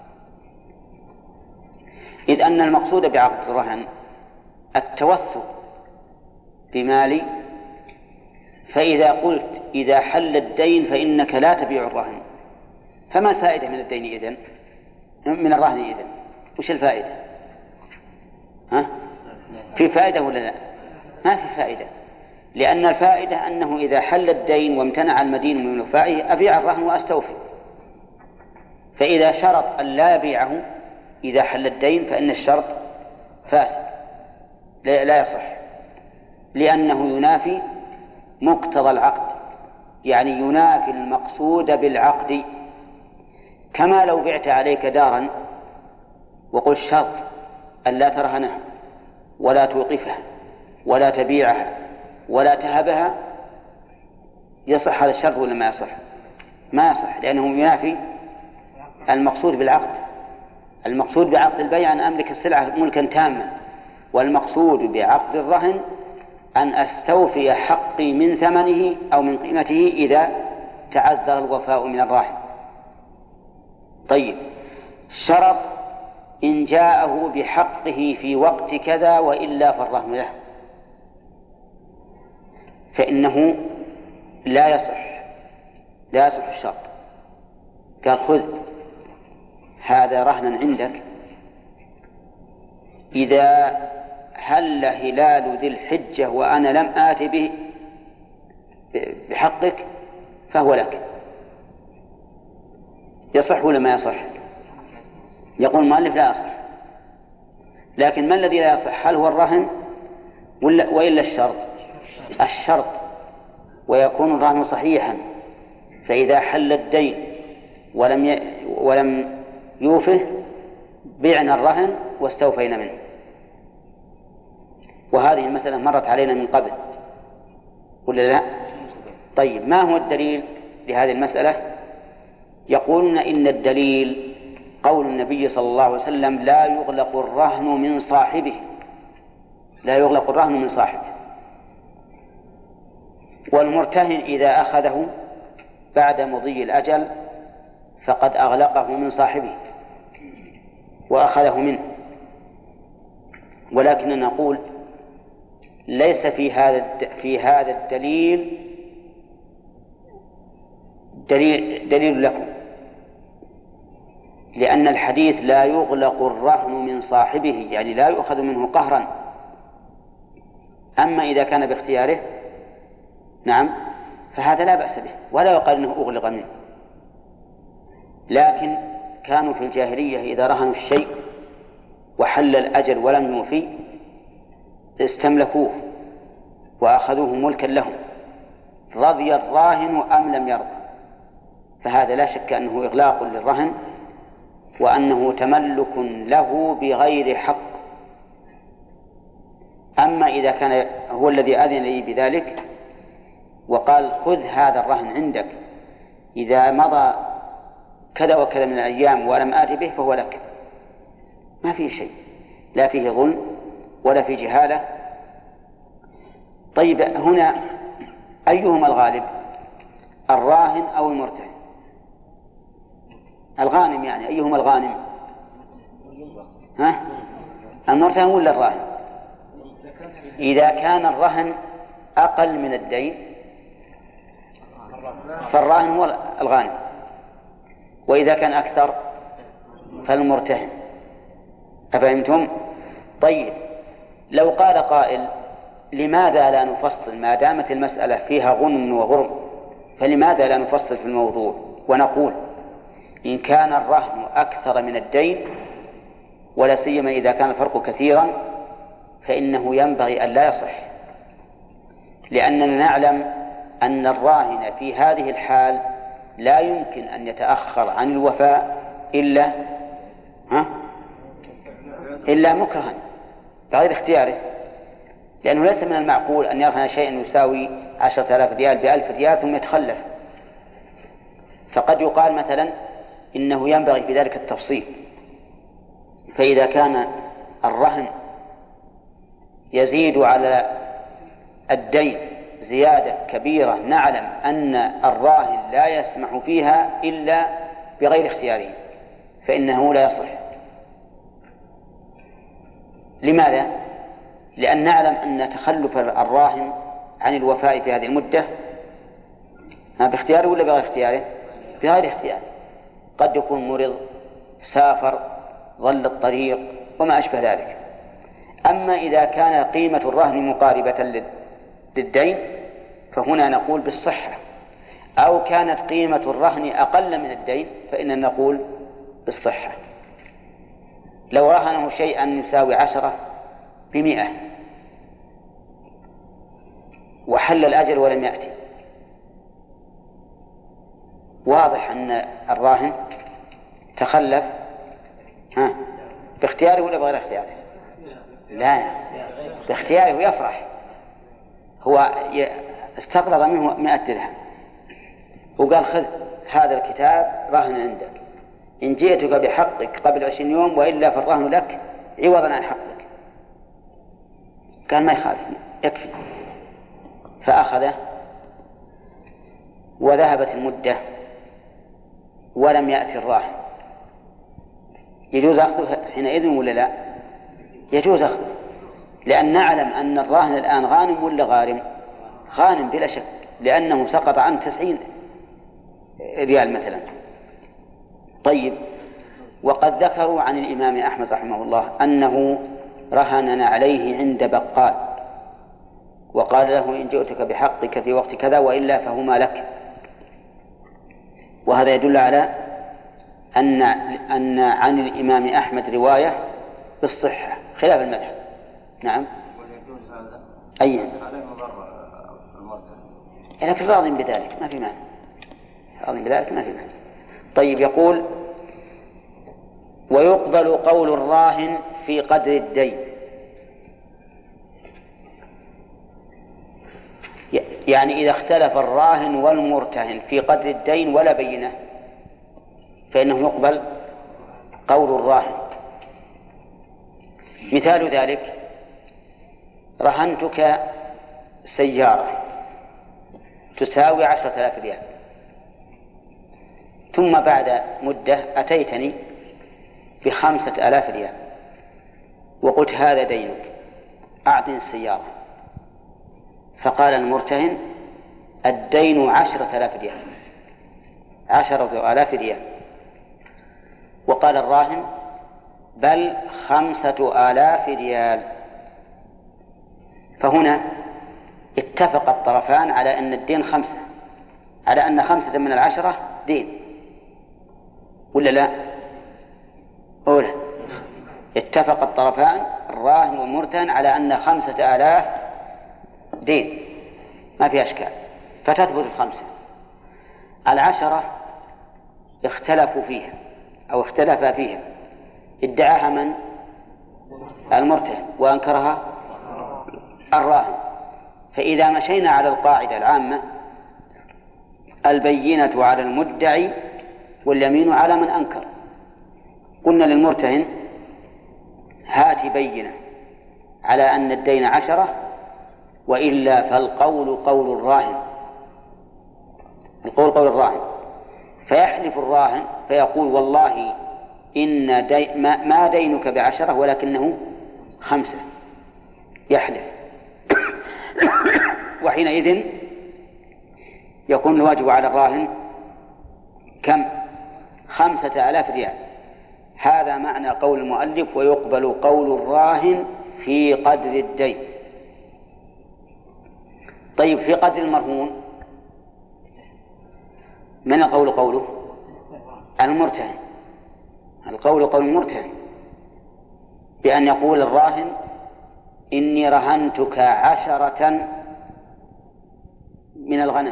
إذ أن المقصود بعقد الرهن التوثق بمالي، فإذا قلت إذا حل الدين فإنك لا تبيع الرهن، فما الفائدة من الدين إذن؟ من الرهن إذن وش الفائدة؟ ها؟ في فائدة ولا لا؟ ما في فائدة، لأن الفائدة أنه إذا حل الدين وامتنع المدين من وفائه أبيع الرهن وأستوفي. فإذا شرط أن لا يبيعه إذا حل الدين فإن الشرط فاسد لا يصح، لأنه ينافي مقتضى العقد، يعني ينافي المقصود بالعقد. كما لو بعت عليك دارا وقل شرط أن لا ترهنها ولا توقفها ولا تبيعها ولا تهبها، يصح هذا الشرط ولا ما يصح؟ ما يصح، لأنه ينافي المقصود بالعقد. المقصود بعقد البيع أن أملك السلعة ملكا تاما، والمقصود بعقد الرهن أن أستوفي حقي من ثمنه أو من قيمته إذا تعذر الوفاء من الراهن. طيب، شرط إن جاءه بحقه في وقت كذا وإلا فالرهن له، فإنه لا يصح لا يصح الشرط. قال خذ هذا رهنا عندك، إذا هل هلال ذي الحجة وأنا لم آت به بحقك فهو لك. يصح ولا ما يصح؟ يقول المؤلف لا يصح، لكن ما الذي لا يصح؟ هل هو الرهن ولا وإلا الشرط؟ الشرط، ويكون الرهن صحيحا، فإذا حل الدين ولم ي... ولم يوفه بعنا الرهن واستوفينا منه. وهذه المسألة مرت علينا من قبل ولا لا؟ طيب، ما هو الدليل لهذه المسألة؟ يقولون إن الدليل قول النبي صلى الله عليه وسلم: لا يغلق الرهن من صاحبه لا يغلق الرهن من صاحبه والمرتهن إذا أخذه بعد مضي الأجل فقد أغلقه من صاحبه وأخذه منه. ولكن نقول ليس في هذا في هذا الدليل دليل, دليل لكم، لأن الحديث لا يغلق الرهن من صاحبه يعني لا يؤخذ منه قهرا. أما إذا كان باختياره نعم فهذا لا بأس به ولا يقال أنه أغلق منه. لكن كانوا في الجاهلية إذا رهنوا الشيء وحل الأجل ولم يوفي استملكوه وأخذوه ملكا لهم، رضي الراهن أم لم يرضى، فهذا لا شك أنه إغلاق للرهن وأنه تملك له بغير حق. أما إذا كان هو الذي أذن لي بذلك وقال خذ هذا الرهن عندك، إذا مضى كذا وكذا من الأيام ولم آتي به فهو لك، ما فيه شيء، لا فيه ظلم ولا فيه جهالة. طيب هنا أيهما الغالب، الراهن أو المرتهن؟ الغانم يعني، أيهما الغانم؟ ها؟ المرتهن ولا الراهن؟ إذا كان الرهن أقل من الدين فالراهن هو الغانم، وإذا كان أكثر فالمرتهن. أفهمتم؟ طيب لو قال قائل لماذا لا نفصل ما دامت المسألة فيها غنم وغرم، فلماذا لا نفصل في الموضوع ونقول إن كان الرهن أكثر من الدين ولا سيما إذا كان الفرق كثيرا فإنه ينبغي أن لا يصح، لأننا نعلم أن الراهن في هذه الحال لا يمكن أن يتأخر عن الوفاء إلا ها؟ إلا مكرها بغير اختياره، لأنه ليس من المعقول أن يرهن شيئا يساوي عشرة آلاف ريال بألف ريال ثم يتخلف. فقد يقال مثلا إنه ينبغي في ذلك التفصيل، فإذا كان الرهن يزيد على الدين زيادة كبيرة نعلم أن الراهن لا يسمح فيها إلا بغير اختياره فإنه لا يصح. لماذا؟ لأن نعلم أن تخلف الراهن عن الوفاء في هذه المدة باختياره ولا بغير اختياره؟ بغير اختياره، قد يكون مرض، سافر، ظل الطريق وما أشبه ذلك. أما إذا كان قيمة الرهن مقاربة للدين فهنا نقول بالصحة، أو كانت قيمة الرهن أقل من الدين فإننا نقول بالصحة. لو رهنه شيئا يساوي عشرة بمئة وحل الأجل ولم يأتي، واضح أن الراهن تخلف ها باختياره ولا بغير اختياره؟ لا، باختياره يفرح، هو استقرض منه مئة درهم وقال خذ هذا الكتاب رهن عندك، إن جئتك بحقك قبل عشرين يوم وإلا فالرهن لك عوضا عن حقك. قال ما يخالف يكفي، فأخذه وذهبت المدة ولم يأتي الراهن، يجوز أخذه حينئذ ولا لا؟ يجوز أخذه، لأن نعلم أن الراهن الآن غانم ولا غارم؟ غانم بلا شك، لأنه سقط عن تسعين ريال مثلا. طيب وقد ذكروا عن الإمام أحمد رحمه الله أنه رهننا عليه عند بقال وقال له إن جئتك بحقك في وقت كذا وإلا فهما لك، وهذا يدل على أن أن عن الإمام أحمد رواية بالصحة خلاف المذهب. نعم. أي لكن راض بذلك ما في معنى، راض بذلك ما في معنى. طيب يقول ويقبل قول الراهن في قدر الدين، يعني إذا اختلف الراهن والمرتهن في قدر الدين ولا بينة فإنه يقبل قول الراهن. مثال ذلك رهنتك سيارة تساوي عشرة آلاف ريال، ثم بعد مدة أتيتني بخمسة آلاف ريال وقلت هذا دينك أعطني السيارة، فقال المرتهن الدين عشرة آلاف ريال عشرة آلاف ريال، وقال الراهن بل خمسة آلاف ريال، فهنا اتفق الطرفان على أن الدين خمسة، على أن خمسة من العشرة دين ولا لا؟ أولا اتفق الطرفان الراهن والمرتهن على أن خمسة آلاف دين ما في أشكال، فتثبت الخمسة. العشرة اختلفوا فيها أو اختلفا فيها، ادعاها من؟ المرتهن وأنكرها الراهن. فإذا مشينا على القاعدة العامة البينة على المدعي واليمين على من أنكر. قلنا للمرتهن هات بينة على أن الدين عشرة وإلا فالقول قول الراهن، القول قول الراهن. فيحلف الراهن فيقول والله إن دي ما دينك بعشرة ولكنه خمسة، يحلف. وحينئذ يكون الواجب على الراهن كم؟ خمسة آلاف ريال. هذا معنى قول المؤلف ويقبل قول الراهن في قدر الدين. طيب في قدر المرهون من القول قوله؟ المرتهن. القول قول المرتهن بأن يقول الراهن إني رهنتك عشرة من الغنم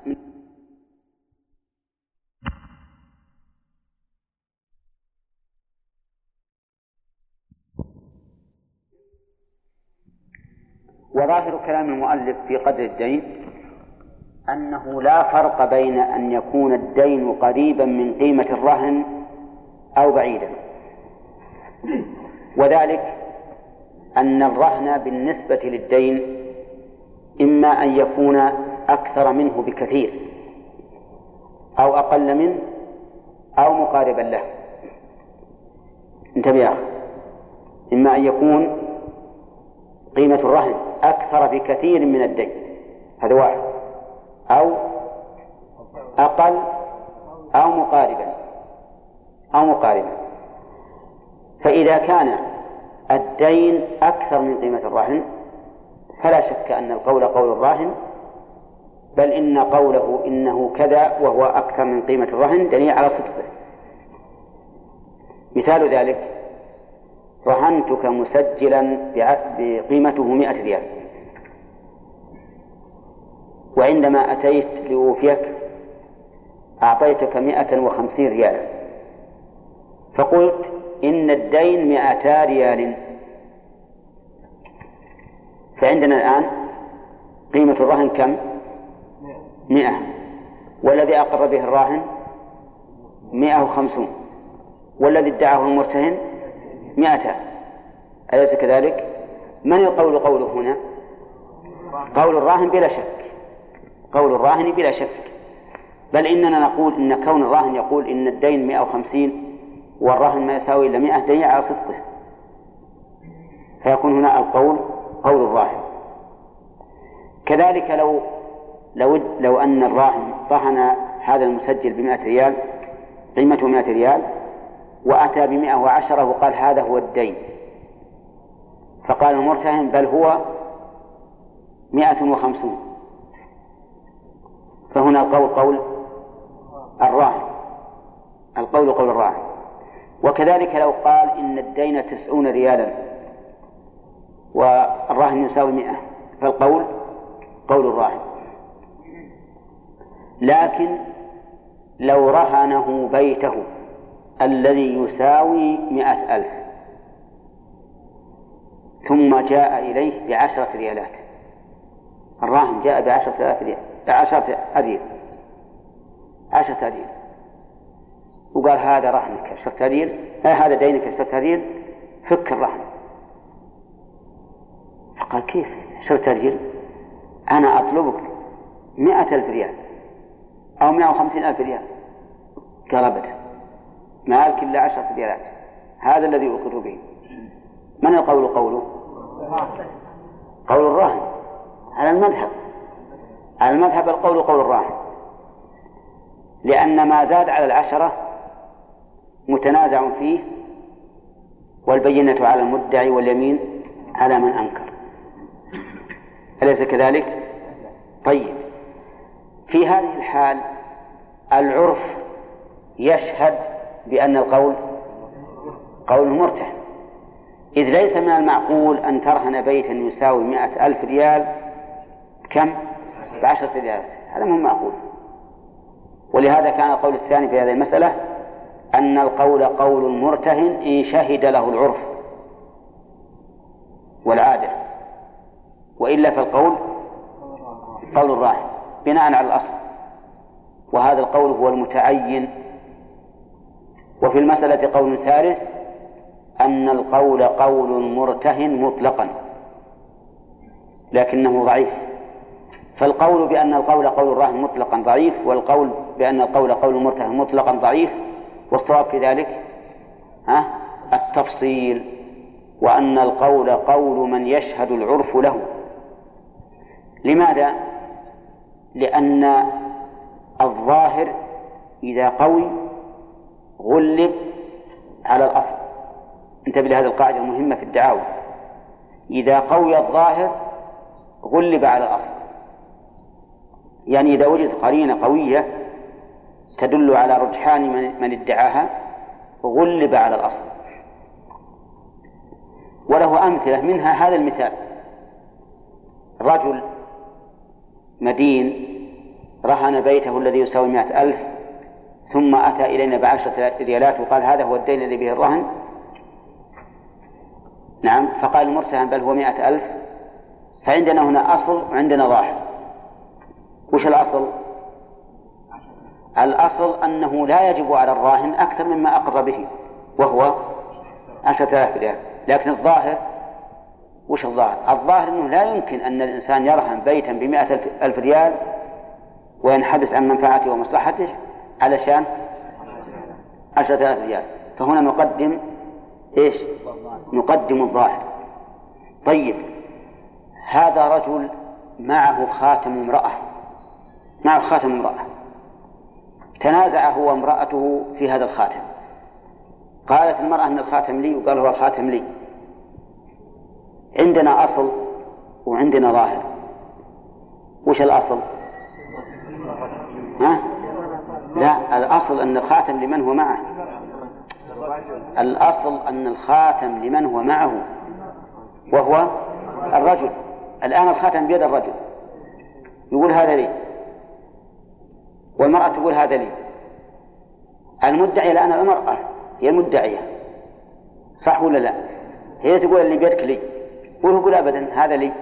وظاهر كلام المؤلف في قدر الدين أنه لا فرق بين أن يكون الدين قريبا من قيمة الرهن أو بعيدا، وذلك أن الرهن بالنسبة للدين إما أن يكون أكثر منه بكثير أو أقل منه أو مقاربا له. انتبه يا أخي، إما أن يكون قيمة الرهن أكثر بكثير من الدين، هذا واحد، أو أقل أو مقاربا أو مقاربا. فإذا كان الدين أكثر من قيمة الرهن فلا شك أن القول قول الراهن، بل إن قوله إنه كذا وهو أكثر من قيمة الرهن دليل على صدقه. مثال ذلك رهنتك مسجلا بقيمته مئة ريال، وعندما أتيت لأوفيك أعطيتك مئة وخمسين ريالا، فقلت إن الدين مئتا ريال، فعندنا الآن قيمة الرهن كم؟ مئة، والذي أقر به الراهن مئة وخمسون، والذي ادعاه المرتهن مئتا، أليس كذلك؟ من القول قوله هنا؟ قول الراهن بلا شك، قول الراهن بلا شك، بل إننا نقول إن كون الراهن يقول إن الدين مئة وخمسين والرهن ما يساوي إلا مئة دليل على صدقه، فيكون هنا القول قول الراهن. كذلك لو لو لو أن الراهن رهن هذا المسجل بمئة ريال قيمته مئة ريال وأتى بمئة وعشرة وقال هذا هو الدين، فقال المرتهن بل هو مئة وخمسون، فهنا القول قول الراهن، القول قول الراهن. وكذلك لو قال إن الدين تسعون ريالا والراهن يساوي مئة فالقول قول الراهن. لكن لو رهنه بيته الذي يساوي مئة ألف ثم جاء إليه بعشرة ريالات، الراهن جاء بعشرة آلاف ريال، عشرة أريل عشرة أريل وقال هذا رهنك عشرة أريل، هذا دينك عشرة أريل، فك الرهن. فقال كيف عشرة أريل؟ أنا أطلبك مئة ألف ريال أو مئة وخمسين ألف ريال. قال أبدا، ما لك إلا عشرة ريالات، هذا الذي أقر به. من القول قوله؟ قول الراهن على المذهب، على المذهب القول قول الراهن، لأن ما زاد على العشرة متنازع فيه والبينة على المدعي واليمين على من أنكر، أليس كذلك؟ طيب، في هذه الحال العرف يشهد بأن القول قول المرتهن، إذ ليس من المعقول أن ترهن بيتا يساوي مئة ألف ريال كم؟ بعشرة ريال، هذا مو معقول. ولهذا كان القول الثاني في هذه المسألة أن القول قول المرتهن إن شهد له العرف والعادة، وإلا فالقول قول الراهن بناء على الأصل، وهذا القول هو المتعين وفي المسألة قول ثالث أن القول قول مرتهن مطلقا لكنه ضعيف. فالقول بأن القول قول الراهن مطلقا ضعيف، والقول بأن القول قول المرتهن مطلقا ضعيف، والصواب في ذلك ها التفصيل، وأن القول قول من يشهد العرف له. لماذا؟ لأن الظاهر إذا قوي غلب على الأصل. انتبه لهذه القاعدة المهمة في الدعاوى، إذا قوي الظاهر غلب على الأصل. يعني إذا وجد قرينة قوية تدل على رجحان من ادعاها غلب على الأصل. وله أمثلة، منها هذا المثال: رجل مدين رهن بيته الذي يساوي مائة ألف ثم أتى إلينا بعشرة ريالات وقال هذا هو الدين الذي به الرهن. نعم، فقال المرتهن بل هو مائة ألف. فعندنا هنا أصل وعندنا ظاهر. وش الأصل؟ الأصل أنه لا يجب على الراهن أكثر مما أقر به وهو عشرة آلاف ريال. لكن الظاهر وش الظاهر؟ الظاهر أنه لا يمكن أن الإنسان يرهن بيتا بمائة ألف ريال وينحبس عن منفعته ومصلحته علشان عشرة آلاف ريال. فهنا نقدم إيش؟ نقدم الظاهر. طيب، هذا رجل معه خاتم امرأة، معه خاتم امرأة، تنازع هو وامرأته في هذا الخاتم. قالت المرأة أن الخاتم لي، وقال هو الخاتم لي. عندنا أصل وعندنا ظاهر. وش الأصل؟ ها؟ لا، الأصل أن الخاتم لمن هو معه. الأصل أن الخاتم لمن هو معه وهو الرجل. الآن الخاتم بيد الرجل، يقول هذا لي، والمرأة تقول هذا لي. المدعي الآن المرأة هي المدعية، صح ولا لا؟ هي تقول اللي بيدك لي، وهو يقول أبدا هذا لي.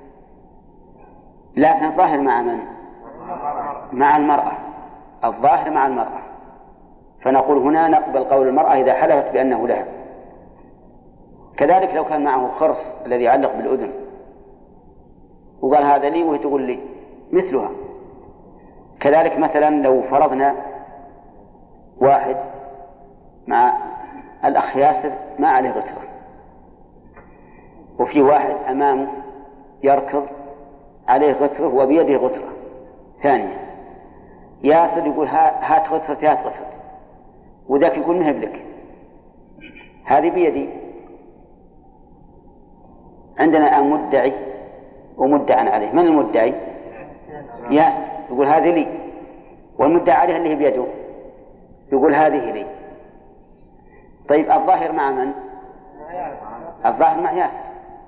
لكن الظاهر مع من؟ مع المرأة. الظاهر مع المرأة. فنقول هنا نقبل قول المرأة إذا حلفت بأنه لها. كذلك لو كان معه خرص الذي يعلق بالأذن وقال هذا لي وهي تقول لي، مثلها. كذلك مثلا لو فرضنا واحد مع الأخ ياسر ما عليه غترة، وفي واحد أمامه يركض عليه غترة وبيده غترة ثانية. ياسر يقول هات غترة هات غترة، وذاك يقول مهب لك، هذه بيدي. عندنا الآن مدعي ومدعى عليه. من المدعي؟ ياسر، يقول هذه لي، والمدعى عليها اللي هي بيده يقول هذه لي. طيب الظاهر مع من؟ الظاهر مع ياسر،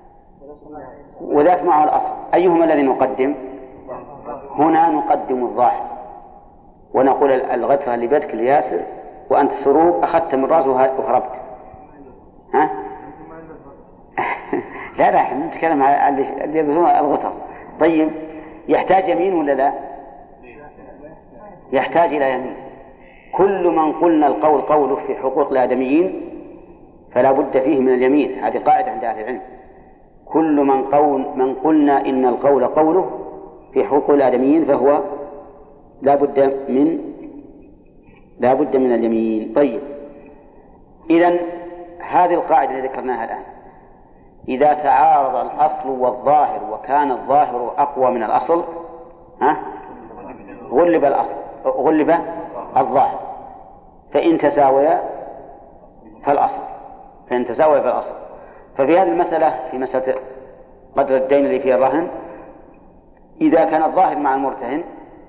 وذاك معه الأصل. أيهما الذي نقدم؟ هنا نقدم الظاهر ونقول الغترة اللي بيدك لياسر، وأنت سروق أخذت من رأسه وهربت. ها؟ لا لا، نتكلم على اللي يبذلون الغتر. طيب، يحتاج يمين ولا لا؟ يحتاج إلى يمين. كل من قلنا القول قوله في حقوق الآدميين فلا بد فيه من اليمين. هذه قاعدة عند أهل العلم. كل من قول من قلنا إن القول قوله في حقوق الآدميين فهو لا بد من لا بد من اليمين. طيب، إذن هذه القاعدة التي ذكرناها الآن، إذا تعارض الأصل والظاهر وكان الظاهر أقوى من الأصل ها غلب الأصل غلب الظاهر، فإن تساويا فالأصل فإن تساويا فالأصل. ففي هذه المسألة، في مسألة قدر الدين اللي فيه الرهن، إذا كان الظاهر مع المرتهن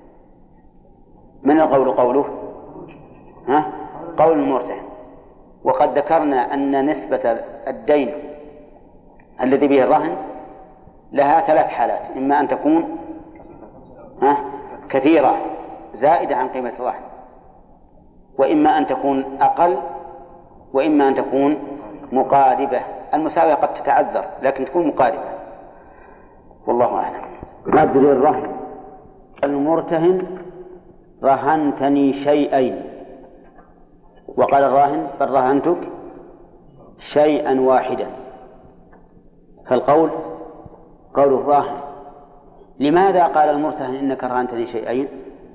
من القول قوله ها قول المرتهن. وقد ذكرنا أن نسبة الدين الذي به الرهن لها ثلاث حالات: إما أن تكون ها كثيرة زائدة عن قيمة الرهن، وإما أن تكون أقل، وإما أن تكون مقاربة. المساوية قد تتعذر لكن تكون مقاربة، والله أعلم. قدر الرهن: المرتهن: رهنتني شيئين، وقال الراهن بل رهنتك شيئا واحدا، فالقول قول الراهن. لماذا قال المرتهن إنك رهنتني شيئين؟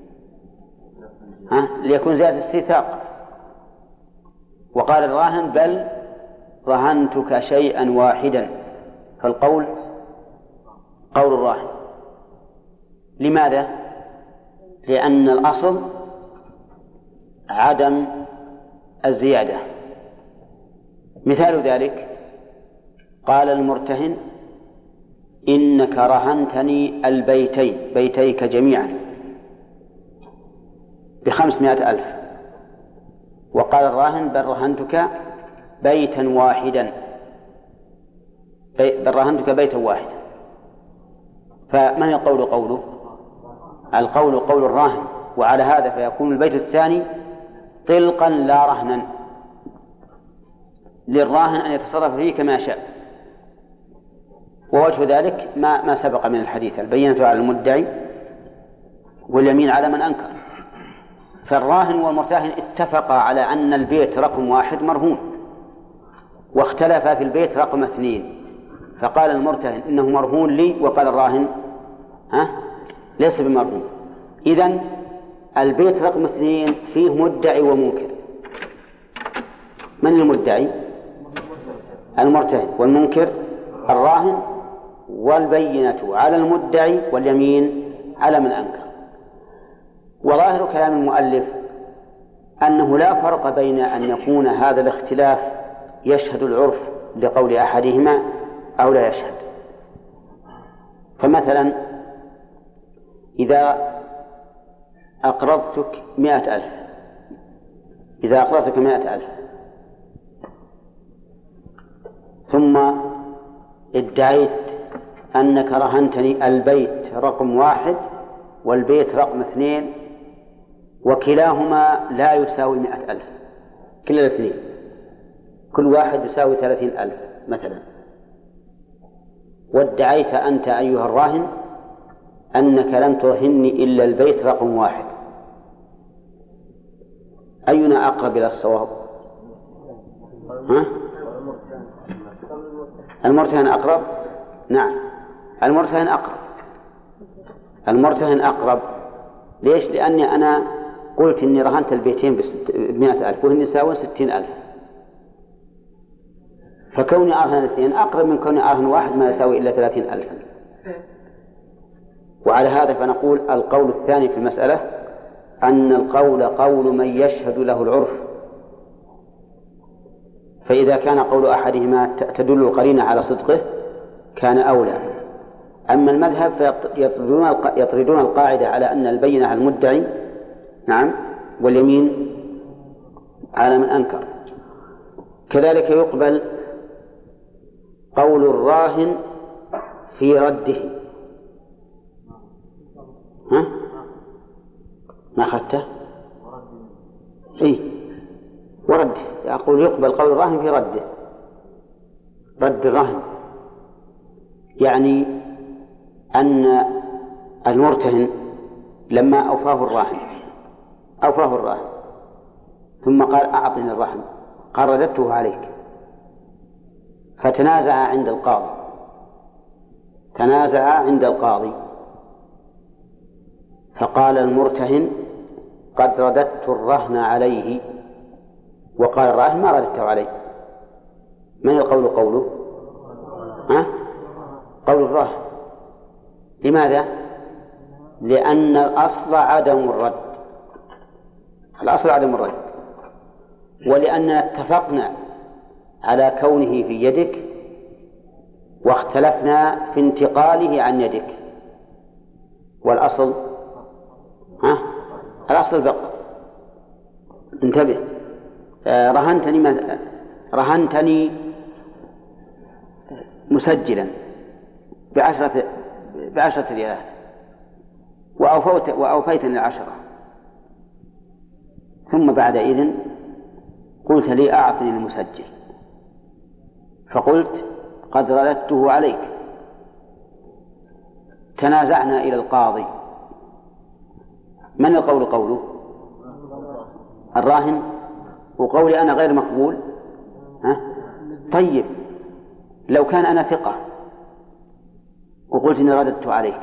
ها؟ ليكون زيادة استيثاق. وقال الراهن بل رهنتك شيئا واحدا، فالقول قول الراهن. لماذا؟ لأن الأصل عدم الزيادة. مثال ذلك قال المرتهن إنك رهنتني البيتين بيتيك جميعا بخمسمائة ألف، وقال الراهن بل رهنتك بيتا واحدا بل رهنتك بيتا واحدا، فمن القول قوله؟ القول قول الراهن. وعلى هذا فيكون البيت الثاني طلقا لا رهنا للراهن أن يتصرف فيه كما شاء. ووجه ذلك ما ما سبق من الحديث: البينة على المدعي واليمين على من أنكر. فالراهن والمرتهن اتفقا على أن البيت رقم واحد مرهون، واختلفا في البيت رقم اثنين، فقال المرتهن إنه مرهون لي، وقال الراهن ها ليس بمرهون. إذن البيت رقم اثنين فيه مدعي ومنكر. من المدعي؟ المرتهن، والمنكر الراهن، والبينة على المدعي واليمين على من أنكر. وظاهر كلام المؤلف أنه لا فرق بين أن يكون هذا الاختلاف يشهد العرف لقول أحدهما أو لا يشهد. فمثلا إذا أقرضتك مائة ألف إذا أقرضتك مائة ألف ثم ادعيت أنك رهنتني البيت رقم واحد والبيت رقم اثنين، وكلاهما لا يساوي مائة ألف، كلا الاثنين كل واحد يساوي ثلاثين ألف مثلا، وادعيت أنت أيها الراهن أنك لم ترهني إلا البيت رقم واحد، أينا أقرب إلى الصواب؟ ها؟ المرتهن أقرب؟ نعم، المرتهن أقرب المرتهن أقرب ليش؟ لأني أنا قلت إني رهنت البيتين بمائة ألف وهن يساوون ستين ألف، فكوني أرهن الاثنين أقرب من كوني أرهن واحد ما يساوي إلا ثلاثين ألفا. وعلى هذا فنقول القول الثاني في المسألة أن القول قول من يشهد له العرف، فإذا كان قول أحدهما تدل القرينة على صدقه كان أولى. أما المذهب فيطردون القاعدة على أن البينة على المدعي نعم واليمين على من أنكر. كذلك يقبل قول الراهن في رده. ها؟ ما أخذته؟ إيه ورده. يقول يقبل قول الراهن في رده، رد الرهن، يعني أن المرتهن لما أوفاه الراهن أوفاه الراهن ثم قال أعطني الرهن، قال رددته عليك، فتنازع عند القاضي تنازع عند القاضي فقال المرتهن قد رددت الرهن عليه، وقال الراهن ما رددته عليه. من القول قوله؟ ها؟ قول الراهن. لماذا؟ لأن الأصل عدم الرد الأصل عدم الرد ولأننا اتفقنا على كونه في يدك واختلفنا في انتقاله عن يدك، والأصل ها؟ الأصل البقاء. انتبه، آه رهنتني ما رهنتني مسجلا بعشرة بعشرة ريالات وأوفيت وأوفيتني العشرة، ثم بعد إذن قلت لي أعطني المسجل، فقلت قد رددته عليك. تنازعنا إلى القاضي. من القول قوله؟ الراهن وقولي أنا غير مقبول. ها؟ طيب لو كان أنا ثقة وقلت إني رددت عليك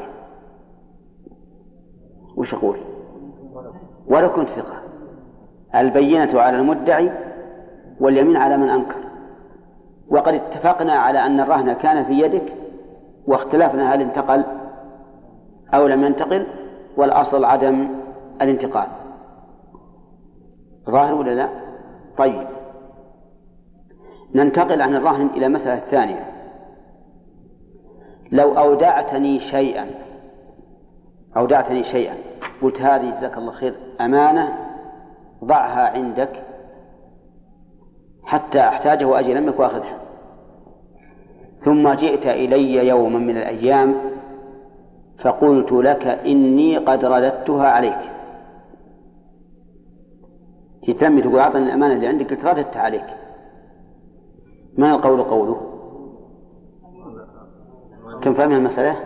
وش أقول؟ ولو كنت ثقة، البينة على المدعي واليمين على من أنكر، وقد اتفقنا على أن الرهن كان في يدك واختلفنا هل انتقل أو لم ينتقل، والأصل عدم الانتقال. ظاهر ولا لا؟ طيب ننتقل عن الرهن إلى مسألة ثانية. لو أودعتني شيئا أودعتني شيئا قلت هذه جزاك الله خير أمانة ضعها عندك حتى أحتاجه وأجي لمك وأخذها، ثم جئت إلي يوما من الأيام فقلت لك إني قد رددتها عليك، تتمي تقول أعطني الأمانة اللي عندك قلت رددتها عليك، ما القول قوله؟ كم فهمها المسألة؟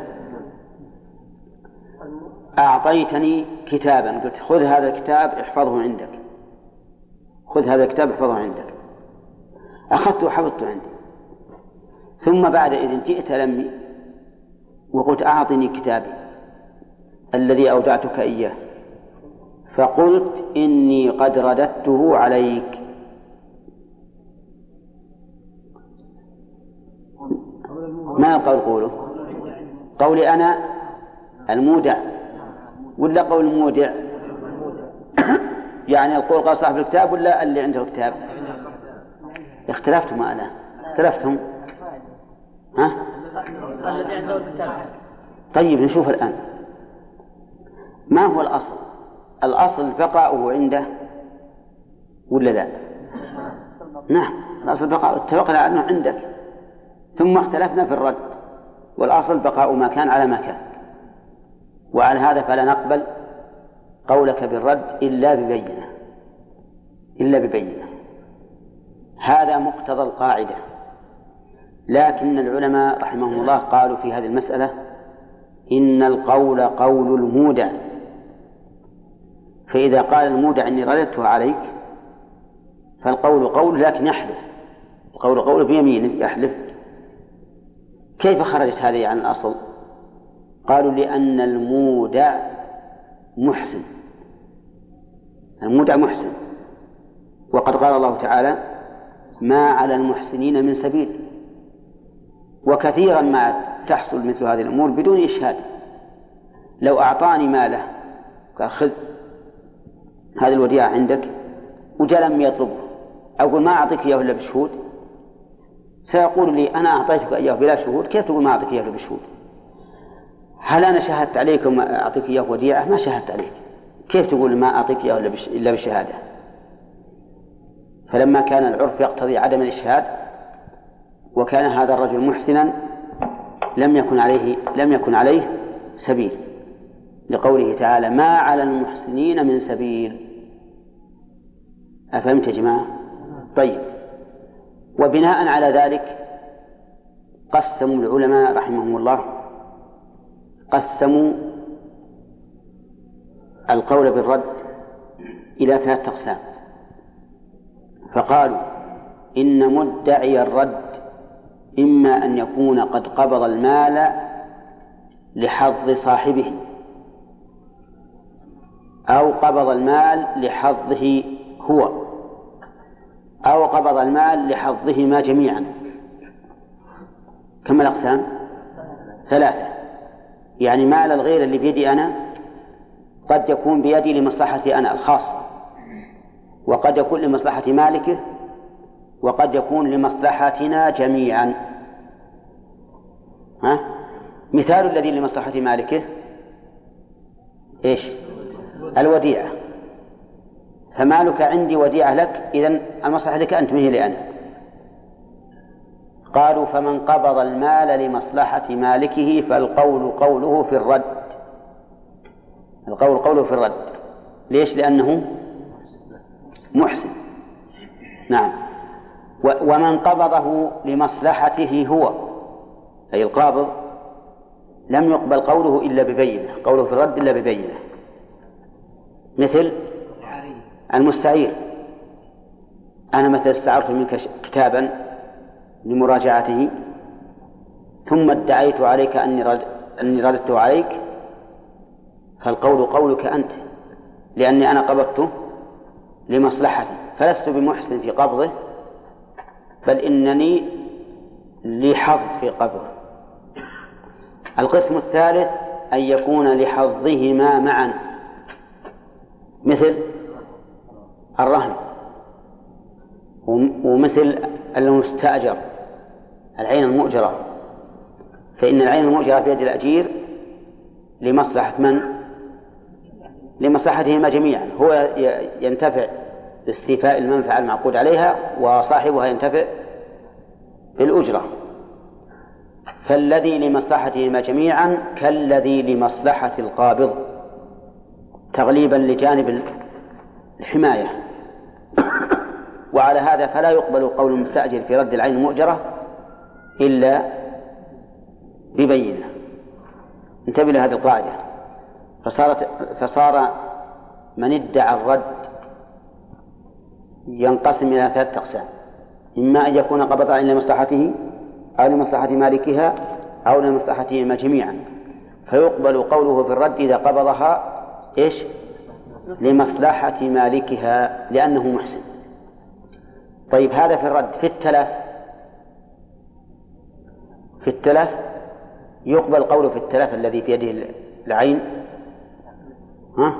أعطيتني كتابا قلت خذ هذا الكتاب احفظه عندك، خذ هذا الكتاب احفظه عندك، أخذته وحفظته عندي، ثم بعد إذن جئت لمي وقلت أعطني كتابي الذي أودعتك إياه، فقلت إني قد رددته عليك، ما القول قوله؟ قولي أنا المودع ولا قول المودع؟ يعني القول قال صاحب الكتاب ولا اللي عنده الكتاب؟ اختلفتم أنا اختلفتم ها؟ الذي عنده الكتاب. طيب نشوف الآن ما هو الأصل؟ الأصل بقاؤه عنده ولا لا؟ نعم الأصل بقاؤه، اتفقنا على أنه عندك ثم اختلفنا في الرد، والأصل بقاء ما كان على ما كان، وعلى هذا فلا نقبل قولك بالرد إلا ببينة إلا ببينة هذا مقتضى القاعدة. لكن العلماء رحمهم الله قالوا في هذه المسألة إن القول قول المودع، فإذا قال المودع إني رددتها عليك فالقول قول لكن يحلف، القول قول بيمينه يحلف. كيف خرجت هذه عن الأصل؟ قالوا لأن المودع محسن، المودع محسن، وقد قال الله تعالى ما على المحسنين من سبيل، وكثيرا ما تحصل مثل هذه الأمور بدون إشهاد. لو أعطاني ماله قال خذ هذه الوديعة عندك وجاء لم يطلبه، أقول ما أعطيك إياه إلا بشهود، سيقول لي أنا أعطيتك إياه بلا شهود، كيف تقول ما أعطيك إياه إلا بشهود؟ هل أنا شهدت عليك وما أعطيك إياه وديعة؟ ما شهدت عليك، كيف تقول ما أعطيك إياه إلا بالشهادة؟ فلما كان العرف يقتضي عدم الإشهاد وكان هذا الرجل محسنا لم يكن عليه لم يكن عليه سبيل، لقوله تعالى ما على المحسنين من سبيل. أفهمت يا جماعة؟ طيب، وبناء على ذلك قسموا العلماء رحمهم الله قسموا القول بالرد إلى ثلاثة أقسام، فقالوا إن مدعي الرد إما أن يكون قد قبض المال لحظ صاحبه أو قبض المال لحظه هو أو قبض المال لحظهما جميعا. كم الأقسام؟ ثلاثة. يعني مال الغير اللي بيدي أنا قد يكون بيدي لمصلحتي أنا الخاصة، وقد يكون لمصلحة مالكه، وقد يكون لمصلحتنا جميعا. ها؟ مثال الذي لمصلحة مالكه إيش؟ الوديعة، فمالك عندي وديعة لك، إذن المصلحة لك أنت منه لأنا. قالوا فمن قبض المال لمصلحة مالكه فالقول قوله في الرد، القول قوله في الرد. ليش؟ لأنه محسن. نعم. ومن قبضه لمصلحته هو أي القابض لم يقبل قوله إلا ببينة، قوله في الرد إلا ببينة، مثل المستعير أنا مثلا استعرت منك كتابا لمراجعته ثم ادعيت عليك أني رد أني رددته عليك، فالقول قولك أنت، لأني أنا قبضته لمصلحتي، فلست بمحسن في قبضه، بل إنني لحظ في قبضه. القسم الثالث أن يكون لحظهما معا، مثل الرهن ومثل المستأجر العين المؤجرة، فإن العين المؤجرة في يد الأجير لمصلحة من؟ لمصلحتهما جميعا، هو ينتفع باستيفاء المنفعة المعقود عليها وصاحبها ينتفع بالأجرة، فالذي لمصلحتهما جميعا كالذي لمصلحة القابض تغليبا لجانب الحماية. وعلى هذا فلا يقبل قول المستأجر في رد العين المؤجرة إلا ببينة. انتبه لهذه القاعدة. فصارت فصار من ادعى الرد ينقسم إلى ثلاثة أقسام: إما أن يكون قبض عين لمصلحته أو لمصلحة مالكها أو لمصلحتهما جميعا، فيقبل قوله في الرد إذا قبضها إيش؟ لمصلحة مالكها لأنه محسن. طيب هذا في الرد. في التلف في التلف يقبل قوله في التلف الذي في يده العين ها؟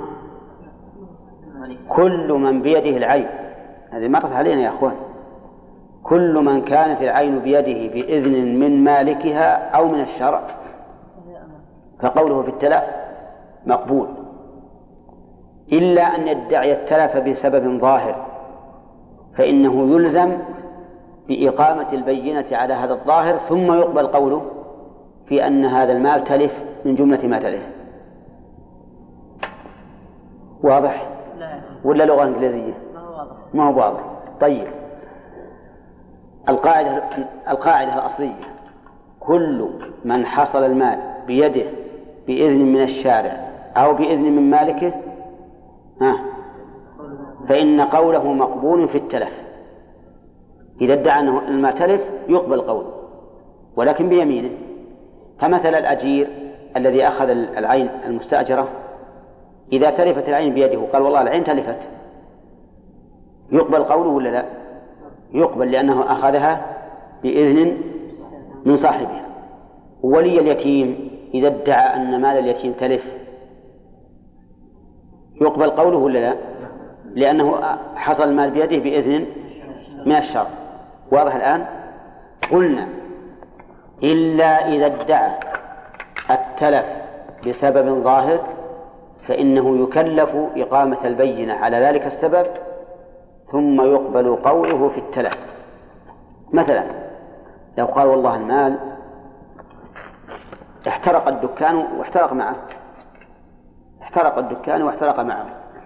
كل من بيده العين، هذه مرت علينا يا أخوان، كل من كانت العين بيده بإذن من مالكها أو من الشرع، فقوله في التلف مقبول، إلا أن يدعي التلف بسبب ظاهر، فإنه يلزم بإقامة البينة على هذا الظاهر، ثم يقبل قوله في أن هذا المال تلف من جملة ما تلف. واضح؟ ولا لغة إنجليزية؟ ما هو واضح. طيب القاعدة القاعدة الأصلية: كل من حصل المال بيده بإذن من الشارع أو بإذن من مالكه ها فإن قوله مقبول في التلف. إذا ادعى أنه المال تلف يقبل قوله ولكن بيمينه. فمثل الأجير الذي أخذ العين المستأجرة إذا تلفت العين بيده قال والله العين تلفت، يقبل قوله ولا لا؟ يقبل، لأنه أخذها بإذن من صاحبها. ولي اليتيم إذا ادعى أن مال اليتيم تلف يقبل قوله ولا لا؟ لأنه حصل المال بيده بإذن من الشرع. واضح الآن؟ قلنا إلا إذا ادعى التلف بسبب ظاهر فإنه يكلف إقامة البينة على ذلك السبب، ثم يقبل قوله في التلف. مثلا لو قال والله المال احترق الدكان واحترق معه احترق الدكان واحترق معه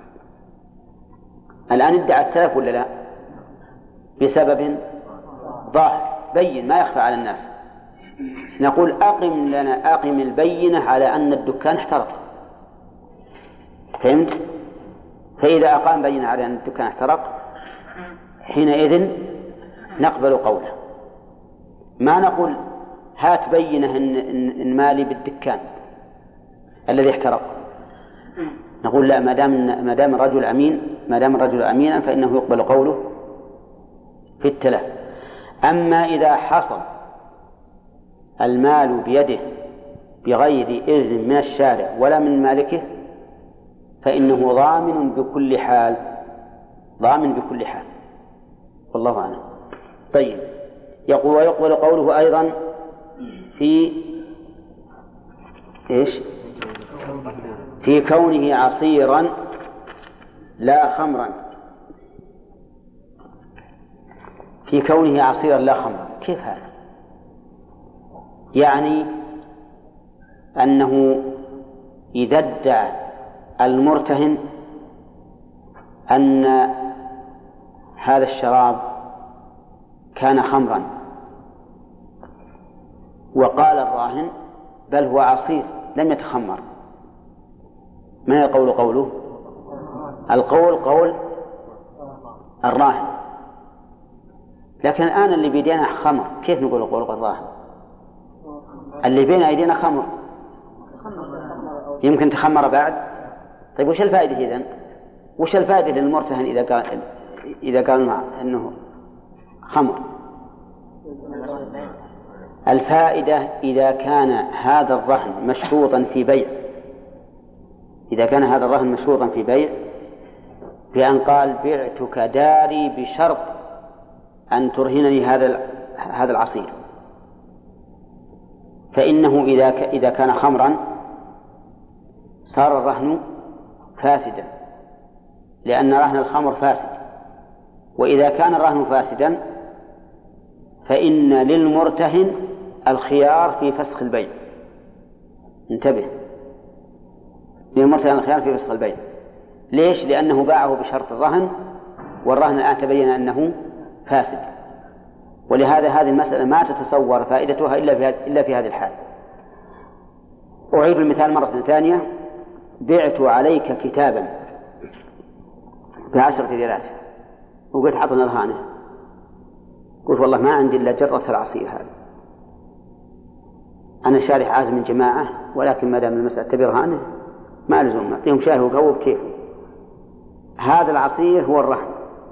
الآن ادعى التلف ولا لا؟ بسبب ظاهر بين ما يخفى على الناس. نقول أقم لنا أقم البينة على أن الدكان احترق. فهمت؟ فإذا أقام بينة على أن الدكان احترق حينئذ نقبل قوله. ما نقول هات بينة إن, إن مالي بالدكان الذي احترق، نقول لا، ما دام ما دام الرجل أمين ما دام الرجل أمينا فإنه يقبل قوله في التلف. أما إذا حصل المال بيده بغير إذن من الشارع ولا من مالكه فإنه ضامن بكل حال ضامن بكل حال والله أعلم. طيب يقول ويقبل قوله أيضا في إيش؟ في كونه عصيرا لا خمرا. في كونه عصيرا لا خمرا كيف هذا؟ يعني أنه إذا ادعى المرتهن أن هذا الشراب كان خمرا وقال الراهن بل هو عصير لم يتخمر، ما يقول قوله؟ القول قول الراهن لكن الآن اللي بيدينا خمر كيف نقول قول الراهن؟ اللي بين أيدينا خمر يمكن تخمر بعد. طيب وش الفائدة إذن؟ وش الفائدة للمرتهن إذا قال إذا قال معه أنه خمر؟ الفائدة إذا كان هذا الرهن مشروطا في بيع، إذا كان هذا الرهن مشروطا في بيع بأن قال بعتك داري بشرط أن ترهنني هذا هذا العصير، فإنه إذا إذا كان خمرا صار الرهن فاسدا، لأن رهن الخمر فاسد. وإذا كان الرهن فاسدا فإن للمرتهن الخيار في فسخ البيع. انتبه، للمرتهن الخيار في فسخ البيع. ليش؟ لأنه باعه بشرط الرهن، والرهن الآن تبين أنه فاسد. ولهذا هذه المسألة ما تتصور فائدتها إلا في إلا في هذه الحال. أعيد المثال مرة ثانية: بعت عليك كتابا بعشرة ريالات وقلت عطنا رهانه، قلت والله ما عندي إلا جرة العصير هذا، أنا شارح عازم من جماعة، ولكن ما دام المسألة تبي رهانه ما لزوم، أعطيهم شاي وقهوة بكيف. هذا العصير هو الرهن.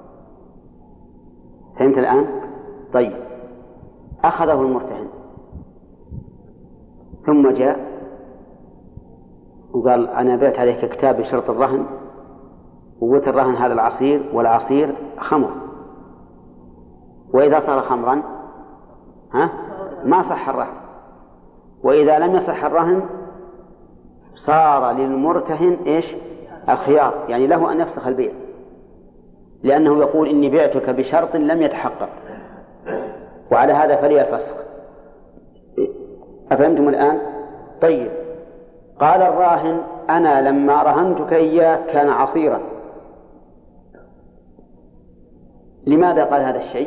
فهمت الآن؟ طيب، أخذه المرتهن ثم جاء وقال أنا بعت عليك كتاب بشرط الرهن، وقلت الرهن هذا العصير، والعصير خمر، وإذا صار خمرا ها ما صح الرهن، وإذا لم يصح الرهن صار للمرتهن إيش؟ الخيار، يعني له أن يفسخ البيع، لأنه يقول إني بعتك بشرط لم يتحقق، وعلى هذا فلي الفسخ. أفهمتم الآن؟ طيب، قال الراهن أنا لما رهنتك إياه كان عصيرا. لماذا قال هذا الشيء؟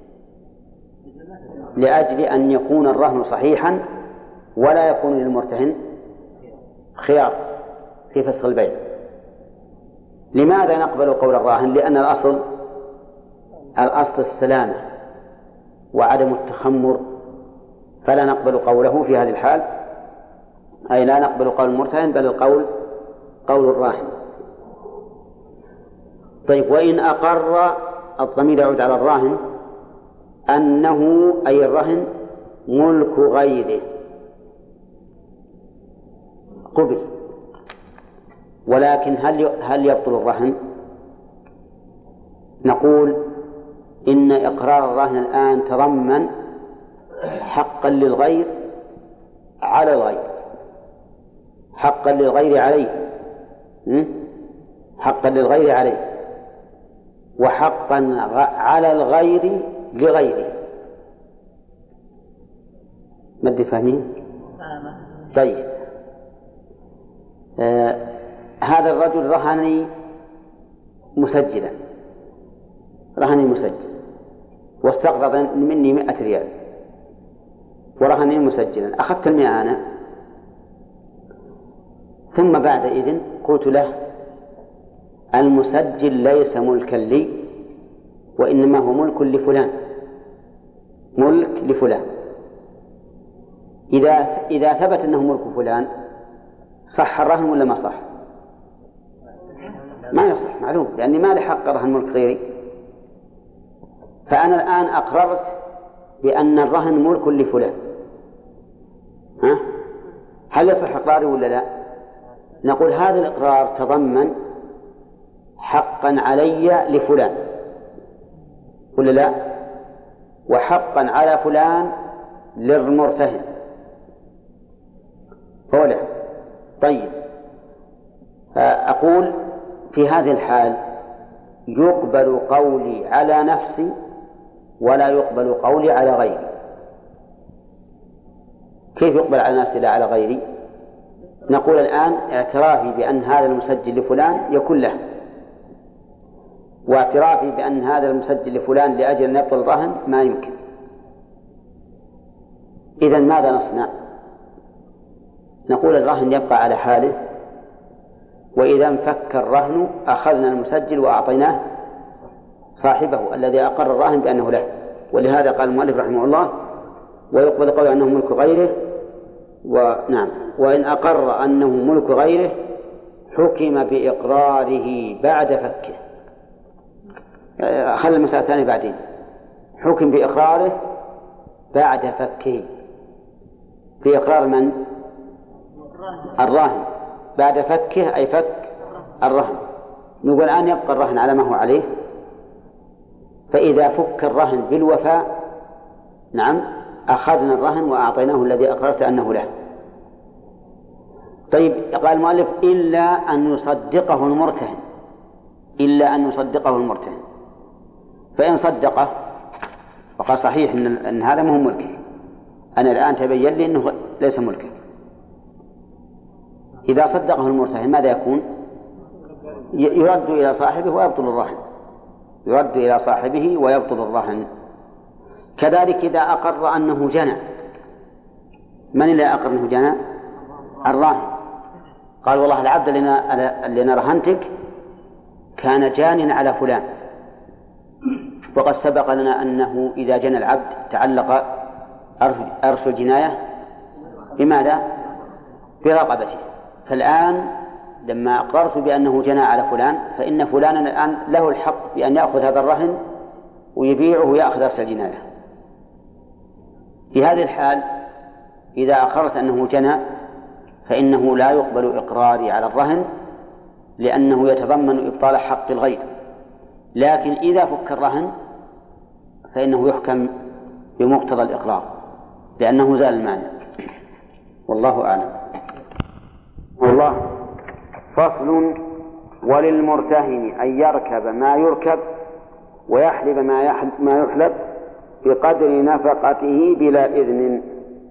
لأجل أن يكون الرهن صحيحا ولا يكون للمرتهن خيار في فسخ البيع. لماذا نقبل قول الراهن؟ لأن الأصل الأصل السلامة وعدم التخمر، فلا نقبل قوله في هذه الحال، أي لا نقبل قول المرتهن بل القول قول الراهن. طيب، وإن أقر، الضمير يعود على الراهن، أنه أي الرهن ملك غيره قبل، ولكن هل هل يبطل الرهن؟ نقول إن إقرار الرهن الآن تضمن حقا للغير على الغير، حقا للغير عليه، حقا للغير عليه، وحقا على الغير لغيره. ما أدري فاهمين؟ طيب، آه هذا الرجل رهني مسجلا، رهني مسجل واستقرض مني مئة ريال ورهني مسجلا، أخذت المئة أنا، ثم بعد إذن قلت له المسجل ليس ملكا لي وإنما هو ملك لفلان، ملك لفلان. إذا إذا ثبت أنه ملك فلان صح الرهن ولا ما صح؟ ما يصح، معلوم، لأني ما لي حق رهن ملك غيري. فأنا الآن أقررت بأن الرهن ملك لفلان، ها؟ هل يصح إقراري ولا لا؟ نقول هذا الإقرار تضمن حقا علي لفلان ولا لا؟ وحقا على فلان للمرتهن أولا. طيب، أقول في هذه الحال يقبل قولي على نفسي ولا يقبل قولي على غيري. كيف يقبل على نفسي لا على غيري؟ نقول الآن اعترافي بأن هذا المسجل لفلان يكون له، واعترافي بأن هذا المسجل لفلان لأجل أن يبطل الرهن ما يمكن. إذن ماذا نصنع؟ نقول الرهن يبقى على حاله، وإذا انفك الرهن أخذنا المسجل وأعطيناه صاحبه الذي أقر الراهن بأنه له. ولهذا قال المؤلف رحمه الله ويقبل قول أنه ملك غيره. ونعم وإن أقر أنه ملك غيره حكم بإقراره بعد فكه. خلي المسألة الثانية بعدين. حكم بإقراره بعد فكه. بإقرار من؟ الراهن بعد فكه أي فك الرهن. نقول الآن يبقى الرهن على ما هو عليه، فإذا فك الرهن بالوفاء نعم أخذنا الرهن وأعطيناه الذي أقررت أنه له. طيب قال المؤلف إلا أن يصدقه المرتهن، إلا أن يصدقه المرتهن. فإن صدقه فقال صحيح إن, إن هذا مهم ملكه، أنا الآن تبين لي أنه ليس ملكه. إذا صدقه المرتهن ماذا يكون؟ يرد إلى صاحبه ويبطل الرهن، يرد إلى صاحبه ويبطل الرهن. كذلك إذا أقر أنه جنى، من اللي أقر أنه جنى؟ الراهن. قال والله العبد اللي أنا رهنتك كان جان على فلان، وقد سبق لنا أنه إذا جنى العبد تعلق أرش الجناية بماذا؟ برقبته. فالآن لما أقررت بأنه جنى على فلان فإن فلانا الآن له الحق بأن يأخذ هذا الرهن ويبيعه ويأخذ أرش الجناية. في هذه الحال إذا أقررت أنه جنى فإنه لا يقبل إقراري على الرهن لأنه يتضمن إبطال حق الغير. لكن إذا فك الرهن فإنه يحكم بمقتضى الإقرار لأنه زال المانع. والله أعلم. والله. فصل. وللمرتهن أن يركب ما يركب ويحلب ما يحلب بقدر نفقته بلا إذن.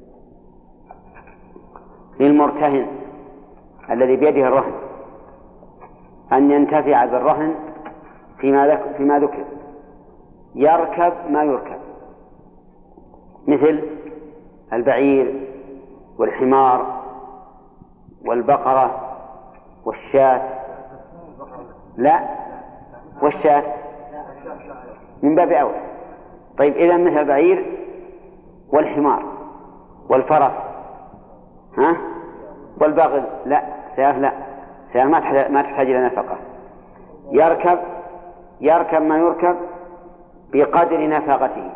للمرتهن الذي بيده الرهن أن ينتفع بالرهن فيما ذكر. يركب ما يركب مثل البعير والحمار والبقرة والشاة. لا والشاة من باب أولى. طيب إذا مثل البعير والحمار والفرس ها والبغل لا سياف لا سياف ما تحتاج إلى نفقة. يركب يركب ما يركب بقدر نفقته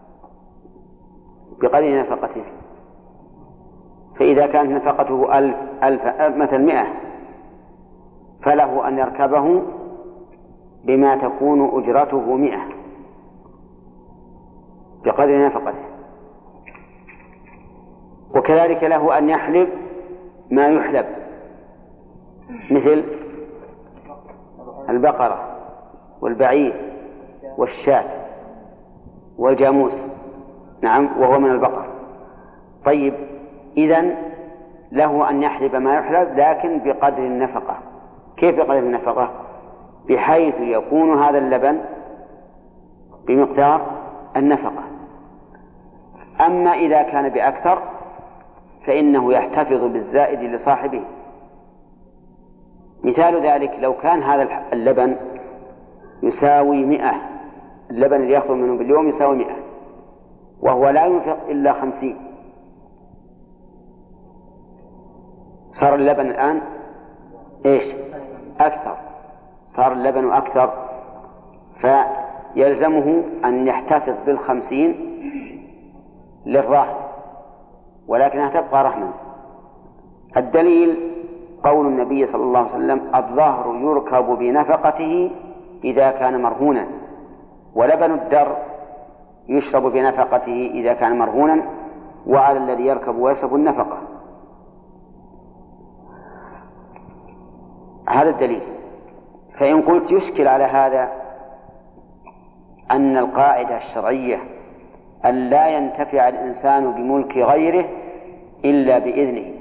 بقدر نفقته. فإذا كانت نفقته ألف, ألف مثل مئة فله أن يركبه بما تكون أجرته مئة بقدر نفقته. وكذلك له أن يحلب ما يحلب مثل البقرة والبعير والشاة والجاموس نعم وهو من البقر. طيب إذن له أن يحلب ما يحلب لكن بقدر النفقة. كيف بقدر النفقة؟ بحيث يكون هذا اللبن بمقدار النفقة. أما إذا كان بأكثر فإنه يحتفظ بالزائد لصاحبه. مثال ذلك لو كان هذا اللبن يساوي مئة، اللبن اللي يأخذ منه باليوم يساوي مئة وهو لا ينفق إلا خمسين، صار اللبن الآن إيش؟ أكثر، صار اللبن أكثر، فيلزمه أن يحتفظ بالخمسين للراهن ولكنها تبقى رهنا. الدليل قول النبي صلى الله عليه وسلم الظهر يركب بنفقته إذا كان مرهونا، ولبن الدر يشرب بنفقته إذا كان مرهونا، وعلى الذي يركب ويشرب النفقة. هذا الدليل. فإن قلت يشكل على هذا أن القاعدة الشرعية أن لا ينتفع الإنسان بملك غيره إلا بإذنه،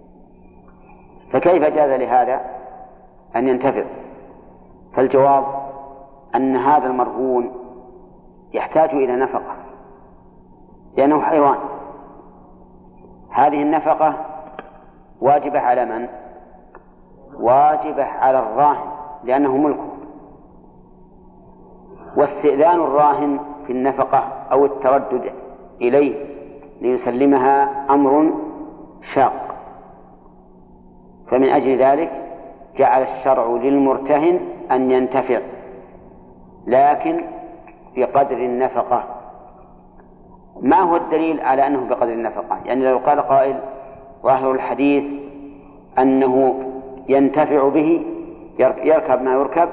فكيف جاز لهذا أن ينتفع؟ فالجواب أن هذا المرهون يحتاج إلى نفقة لأنه حيوان. هذه النفقة واجبة على من؟ واجبة على الراهن لأنه ملكه. واستئذان الراهن في النفقة أو التردد إليه ليسلمها أمر شاق، فمن أجل ذلك جعل الشرع للمرتهن أن ينتفع، لكن بقدر النفقة. ما هو الدليل على أنه بقدر النفقة؟ يعني لو قال قائل ظاهر الحديث أنه ينتفع به، يركب ما يركب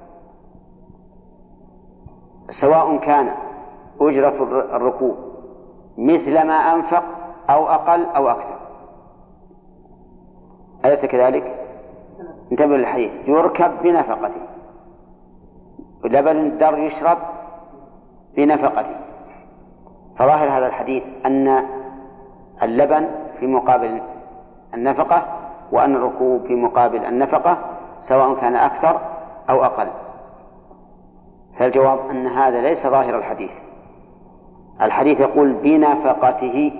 سواء كان أجرة الركوب مثل ما أنفق أو أقل أو أكثر، أليس كذلك؟ انتبه للحديث، يركب بنفقته، لبن الدر يشرب بنفقته. فظاهر هذا الحديث أن اللبن في مقابل النفقة، وأن الركوب في مقابل النفقة سواء كان أكثر أو أقل. فالجواب أن هذا ليس ظاهر الحديث. الحديث يقول بنفقته،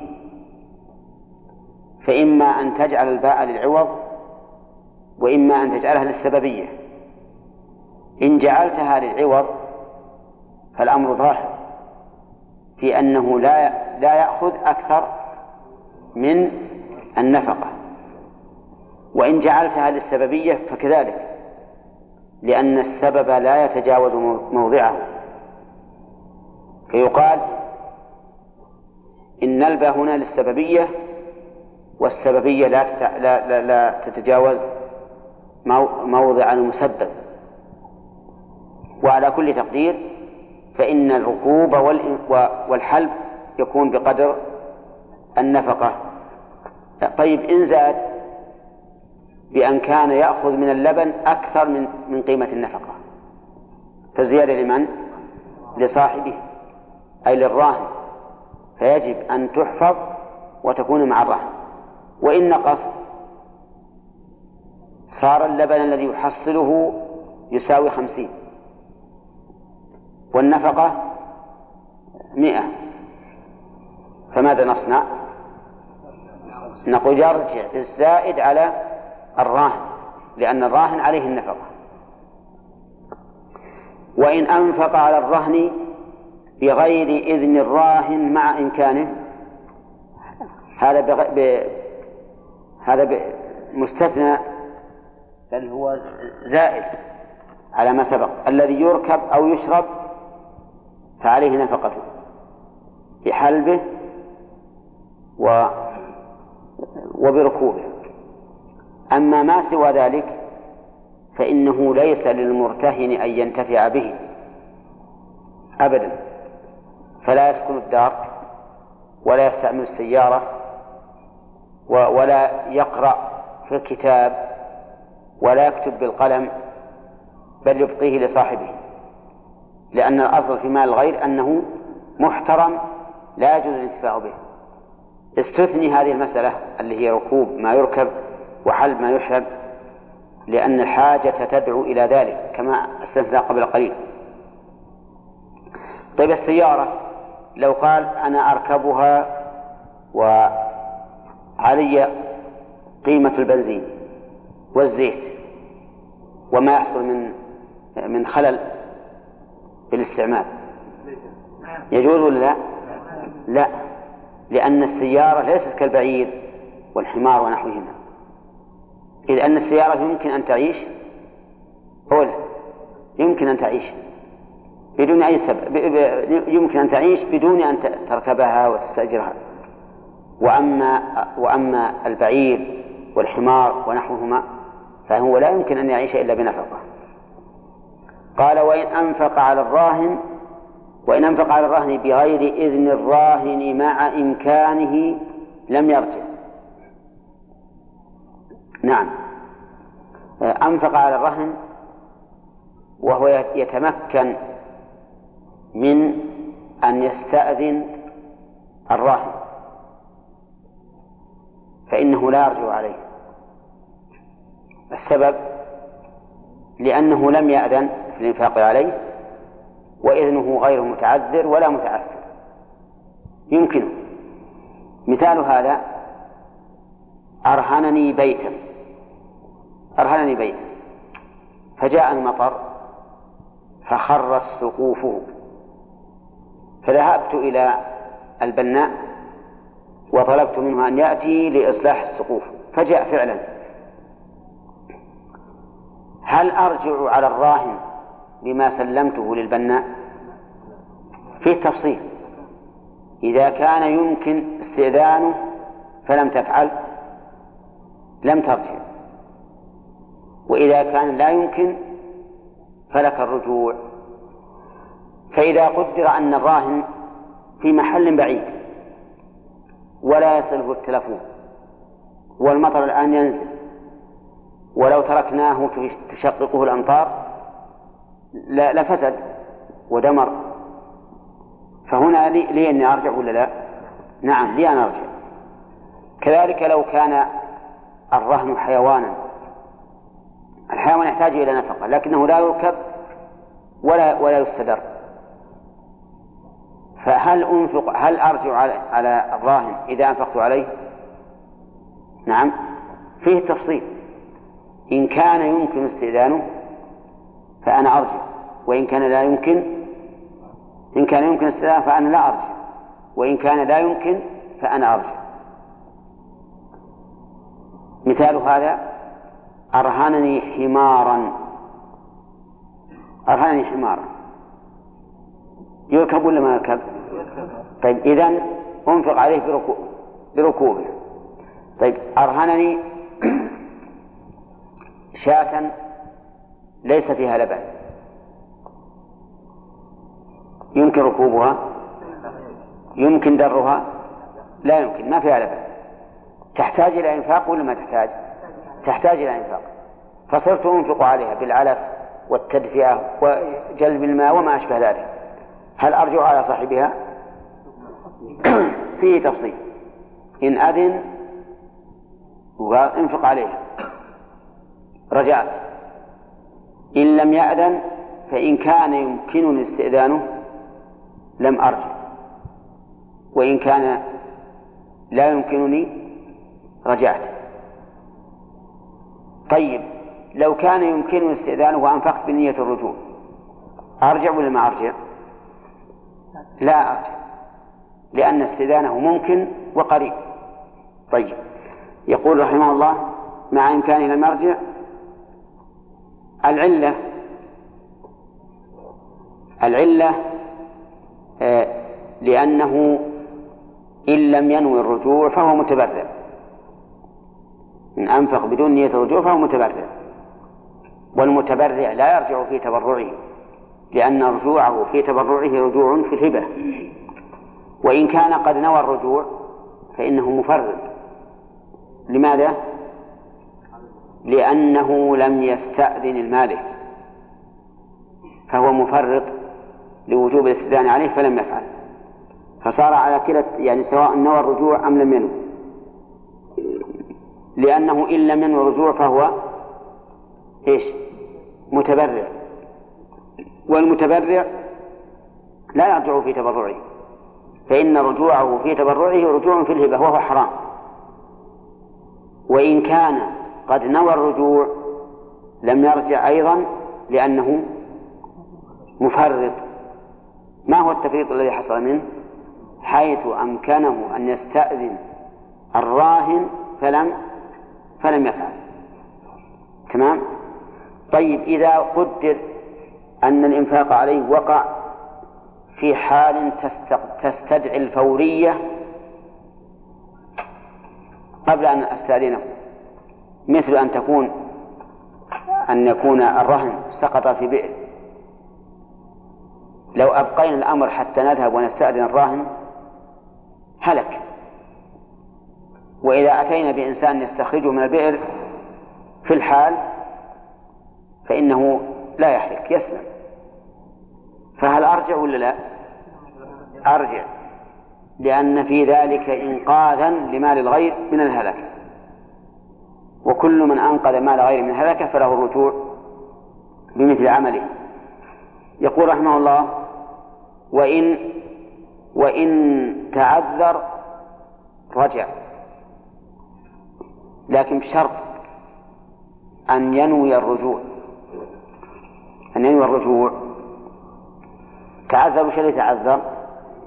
فإما أن تجعل الباء للعوض وإما أن تجعلها للسببية. إن جعلتها للعوض فالأمر ظاهر في أنه لا لا يأخذ أكثر من النفقة، وإن جعلتها للسببية فكذلك، لأن السبب لا يتجاوز موضعه. فيقال إن الباء هنا للسببية، والسببية لا لا لا, لا تتجاوز موضع المسبب. وعلى كل تقدير فإن الركوب والحلب يكون بقدر النفقة. طيب إن زاد بأن كان يأخذ من اللبن أكثر من من قيمة النفقة، فالزيادة لمن؟ لصاحبه أي للراهن، فيجب أن تحفظ وتكون مع الراهن. وإن نقص صار اللبن الذي يحصله يساوي خمسين والنفقة مئة، فماذا نصنع؟ نقول يرجع الزائد على الراهن، لأن الراهن عليه النفقة. وإن أنفق على الرهن بغير إذن الراهن مع إمكانه، هذا بغ... ب... هذا ب... مستثنى، بل هو زائد على ما سبق. الذي يركب أو يشرب فعليه نفقته بحلبه و... وبركوبه. أما ما سوى ذلك فإنه ليس للمرتهن أن ينتفع به أبدا، فلا يسكن الدار ولا يستعمل السيارة ولا يقرأ في الكتاب ولا يكتب بالقلم، بل يبقيه لصاحبه، لأن الأصل في مال الغير أنه محترم لا يجوز الانتفاع به. استثني هذه المسألة اللي هي ركوب ما يركب وحلب ما يحلب، لأن الحاجة تدعو إلى ذلك كما استثنى قبل قليل. طيب السيارة لو قال أنا أركبها وعلي قيمة البنزين والزيت وما يحصل من من خلل في الاستعمال، يجوز ولا لا؟ لا، لأن السيارة ليست كالبعير والحمار ونحوهما، إذ أن السيارة يمكن أن تعيش أولا يمكن أن تعيش بدون أي سبب، يمكن أن تعيش بدون أن تركبها وتستأجرها. وأما وأما البعير والحمار ونحوهما فهو لا يمكن أن يعيش إلا بنفقة. قال وإن أنفق على الراهن وإن أنفق على الرهن بغير إذن الراهن مع إمكانه لم يرجع. نعم، أنفق على الرهن وهو يتمكن من أن يستأذن الراهن فإنه لا يرجع عليه. السبب لأنه لم يأذن في الإنفاق عليه، وإذنه غير متعذر ولا متعسر يمكنه. مثال هذا أرهنني بيتا أرهنني بيتا فجاء المطر فخرت سقوفه فذهبت إلى البناء وطلبت منه أن يأتي لإصلاح السقوف، فجاء فعلا. هل أرجع على الراهن بما سلمته للبناء؟ فيه تفصيل. إذا كان يمكن استئذانه فلم تفعل لم ترجع، وإذا كان لا يمكن فلك الرجوع. فإذا قدر أن الراهن في محل بعيد ولا يصله التلفون والمطر الآن ينزل، ولو تركناه تشققه الأمطار لفسد ودمر، فهنا لي, لي أني أرجع ولا لا؟ نعم لي أن أرجع. كذلك لو كان الرهن حيوانا، الحيوان يحتاج إلى نفقة لكنه لا يركب ولا ولا يستدر، فهل أنفق هل أرجع على, على الراهن إذا أنفقت عليه؟ نعم فيه تفصيل. إن كان يمكن استئذانه فأنا أرجع، وإن كان لا يمكن إن كان يمكن استئذانه فأنا لا أرجع، وإن كان لا يمكن فأنا أرجع. مثال هذا: أرهنني حمارا أرهنني حمارا يركب ولا ما يركب؟ طيب إذن أنفق عليه بركوب بركوبه. طيب أرهنني شاة ليس فيها لبن، يمكن ركوبها؟ يمكن درها؟ لا يمكن، ما فيها لبن. تحتاج إلى إنفاق ولا ما تحتاج؟ تحتاج إلى إنفاق. فصرت أنفق عليها بالعلف والتدفئة وجلب الماء وما أشبه ذلك، هل أرجع على صاحبها؟ فيه تفصيل. إن أذن وانفق عليها رجعت، إن لم يأذن فإن كان يمكنني استئذانه لم أرجع، وإن كان لا يمكنني رجعت. طيب لو كان يمكنني استئذانه وأنفقت بنية الرجوع أرجع ولا ما أرجع؟ لا أرجع، لأن استئذانه ممكن وقريب. طيب يقول رحمه الله: مع إمكانه لم يرجع. العلة العلة آه لأنه إن لم ينوي الرجوع فهو متبرع، إن أنفق بدون نية الرجوع فهو متبرع، والمتبرع لا يرجع في تبرعه، لأن رجوعه في تبرعه رجوع في الهبة، وإن كان قد نوى الرجوع فإنه مفرط. لماذا؟ لأنه لم يستأذن المالك، فهو مفرط لوجوب الاستئذان عليه فلم يفعل، فصار على كلا، يعني سواء نوى الرجوع أم لم ينوي، لأنه إن لم ينوي الرجوع فهو إيش؟ متبرع، والمتبرع لا يرجع في تبرعه، فإن رجوعه في تبرعه رجوع في الهبة وهو حرام. وإن كان قد نوى الرجوع لم يرجع أيضا لأنه مفرط. ما هو التفريط الذي حصل منه؟ حيث أمكنه أن يستأذن الراهن فلم فلم يفعل. تمام؟ طيب إذا قدر أن الإنفاق عليه وقع في حال تستدعي الفورية قبل أن أستأذنه، مثل أن تكون أن يكون الرهن سقط في بئر، لو أبقينا الأمر حتى نذهب ونستأذن الراهن هلك، وإذا أتينا بإنسان يستخرجه من البئر في الحال فإنه لا يحرك، يسلم. فهل أرجع ولا لا؟ أرجع، لأن في ذلك إنقاذا لمال الغير من الهلكة، وكل من أنقذ مال غير من الهلكة فله الرجوع بمثل عمله. يقول رحمه الله: وإن وإن تعذر رجع، لكن بشرط أن ينوي الرجوع أن ينوي الرجوع. تعذر وش اللي تعذر؟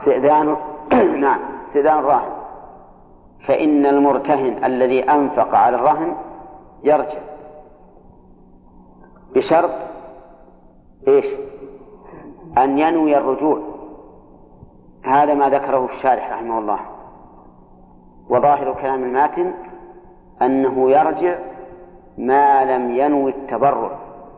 استئذان نعم استئذان الراهن، فإن المرتهن الذي أنفق على الرهن يرجع بشرط إيش؟ أن ينوي الرجوع. هذا ما ذكره الشارح رحمه الله، وظاهر كلام الماتن أنه يرجع ما لم ينوي التبرع،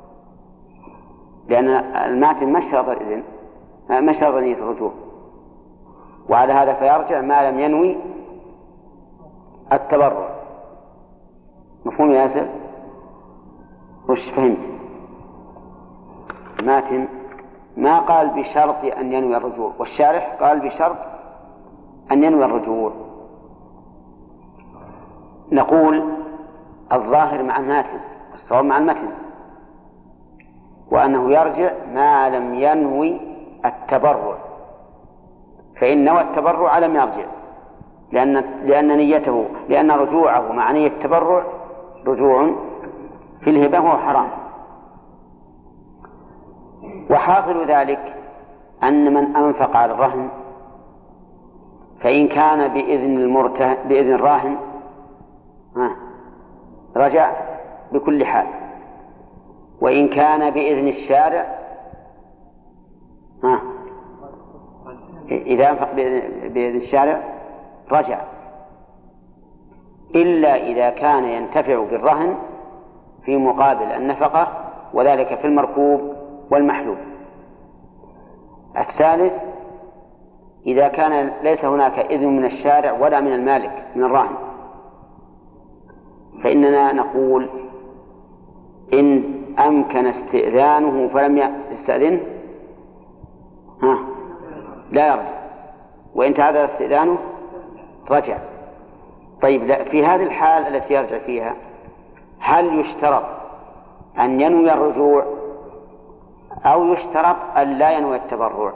لأن الماتن ما اشترط الإذن ما اشترط نية الرجوع، وعلى هذا فيرجع ما لم ينوي التبرع. مفهوم يا ياسر؟ وش فهمت؟ الماتن ما قال بشرط أن ينوي الرجوع، والشارح قال بشرط أن ينوي الرجوع. نقول الظاهر مع الماتن والصواب مع المتن، وأنه يرجع ما لم ينوي التبرع، فإن نوى التبرع لم يرجع، لأن لأن نيته لأن رجوعه مع نية التبرع رجوع في الهبة وهو حرام. وحاصل ذلك أن من أنفق على الرهن فإن كان بإذن المرته بإذن الراهن رجع بكل حال، وإن كان بإذن الشارع ها إذا أنفق بإذن الشارع رجع، إلا إذا كان ينتفع بالرهن في مقابل النفقة، وذلك في المركوب والمحلوب. الثالث إذا كان ليس هناك إذن من الشارع ولا من المالك من الراهن، فإننا نقول إن أمكن استئذانه فلم يستأذنه ها لا يرجع، وإن تعذر استئذانه رجع. طيب لا، في هذه الحال التي يرجع فيها هل يشترط أن ينوي الرجوع أو يشترط أن لا ينوي التبرع؟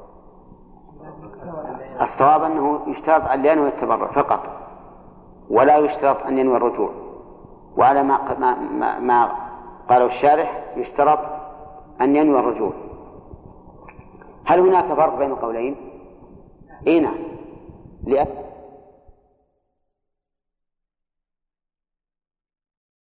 الصواب أنه يشترط أن لا ينوي التبرع فقط، ولا يشترط أن ينوي الرجوع. وعلى ما, ما, ما قاله الشارح يشترط أن ينوي الرجوع. هل هناك فرق بين القولين؟ إيه نعم، لأن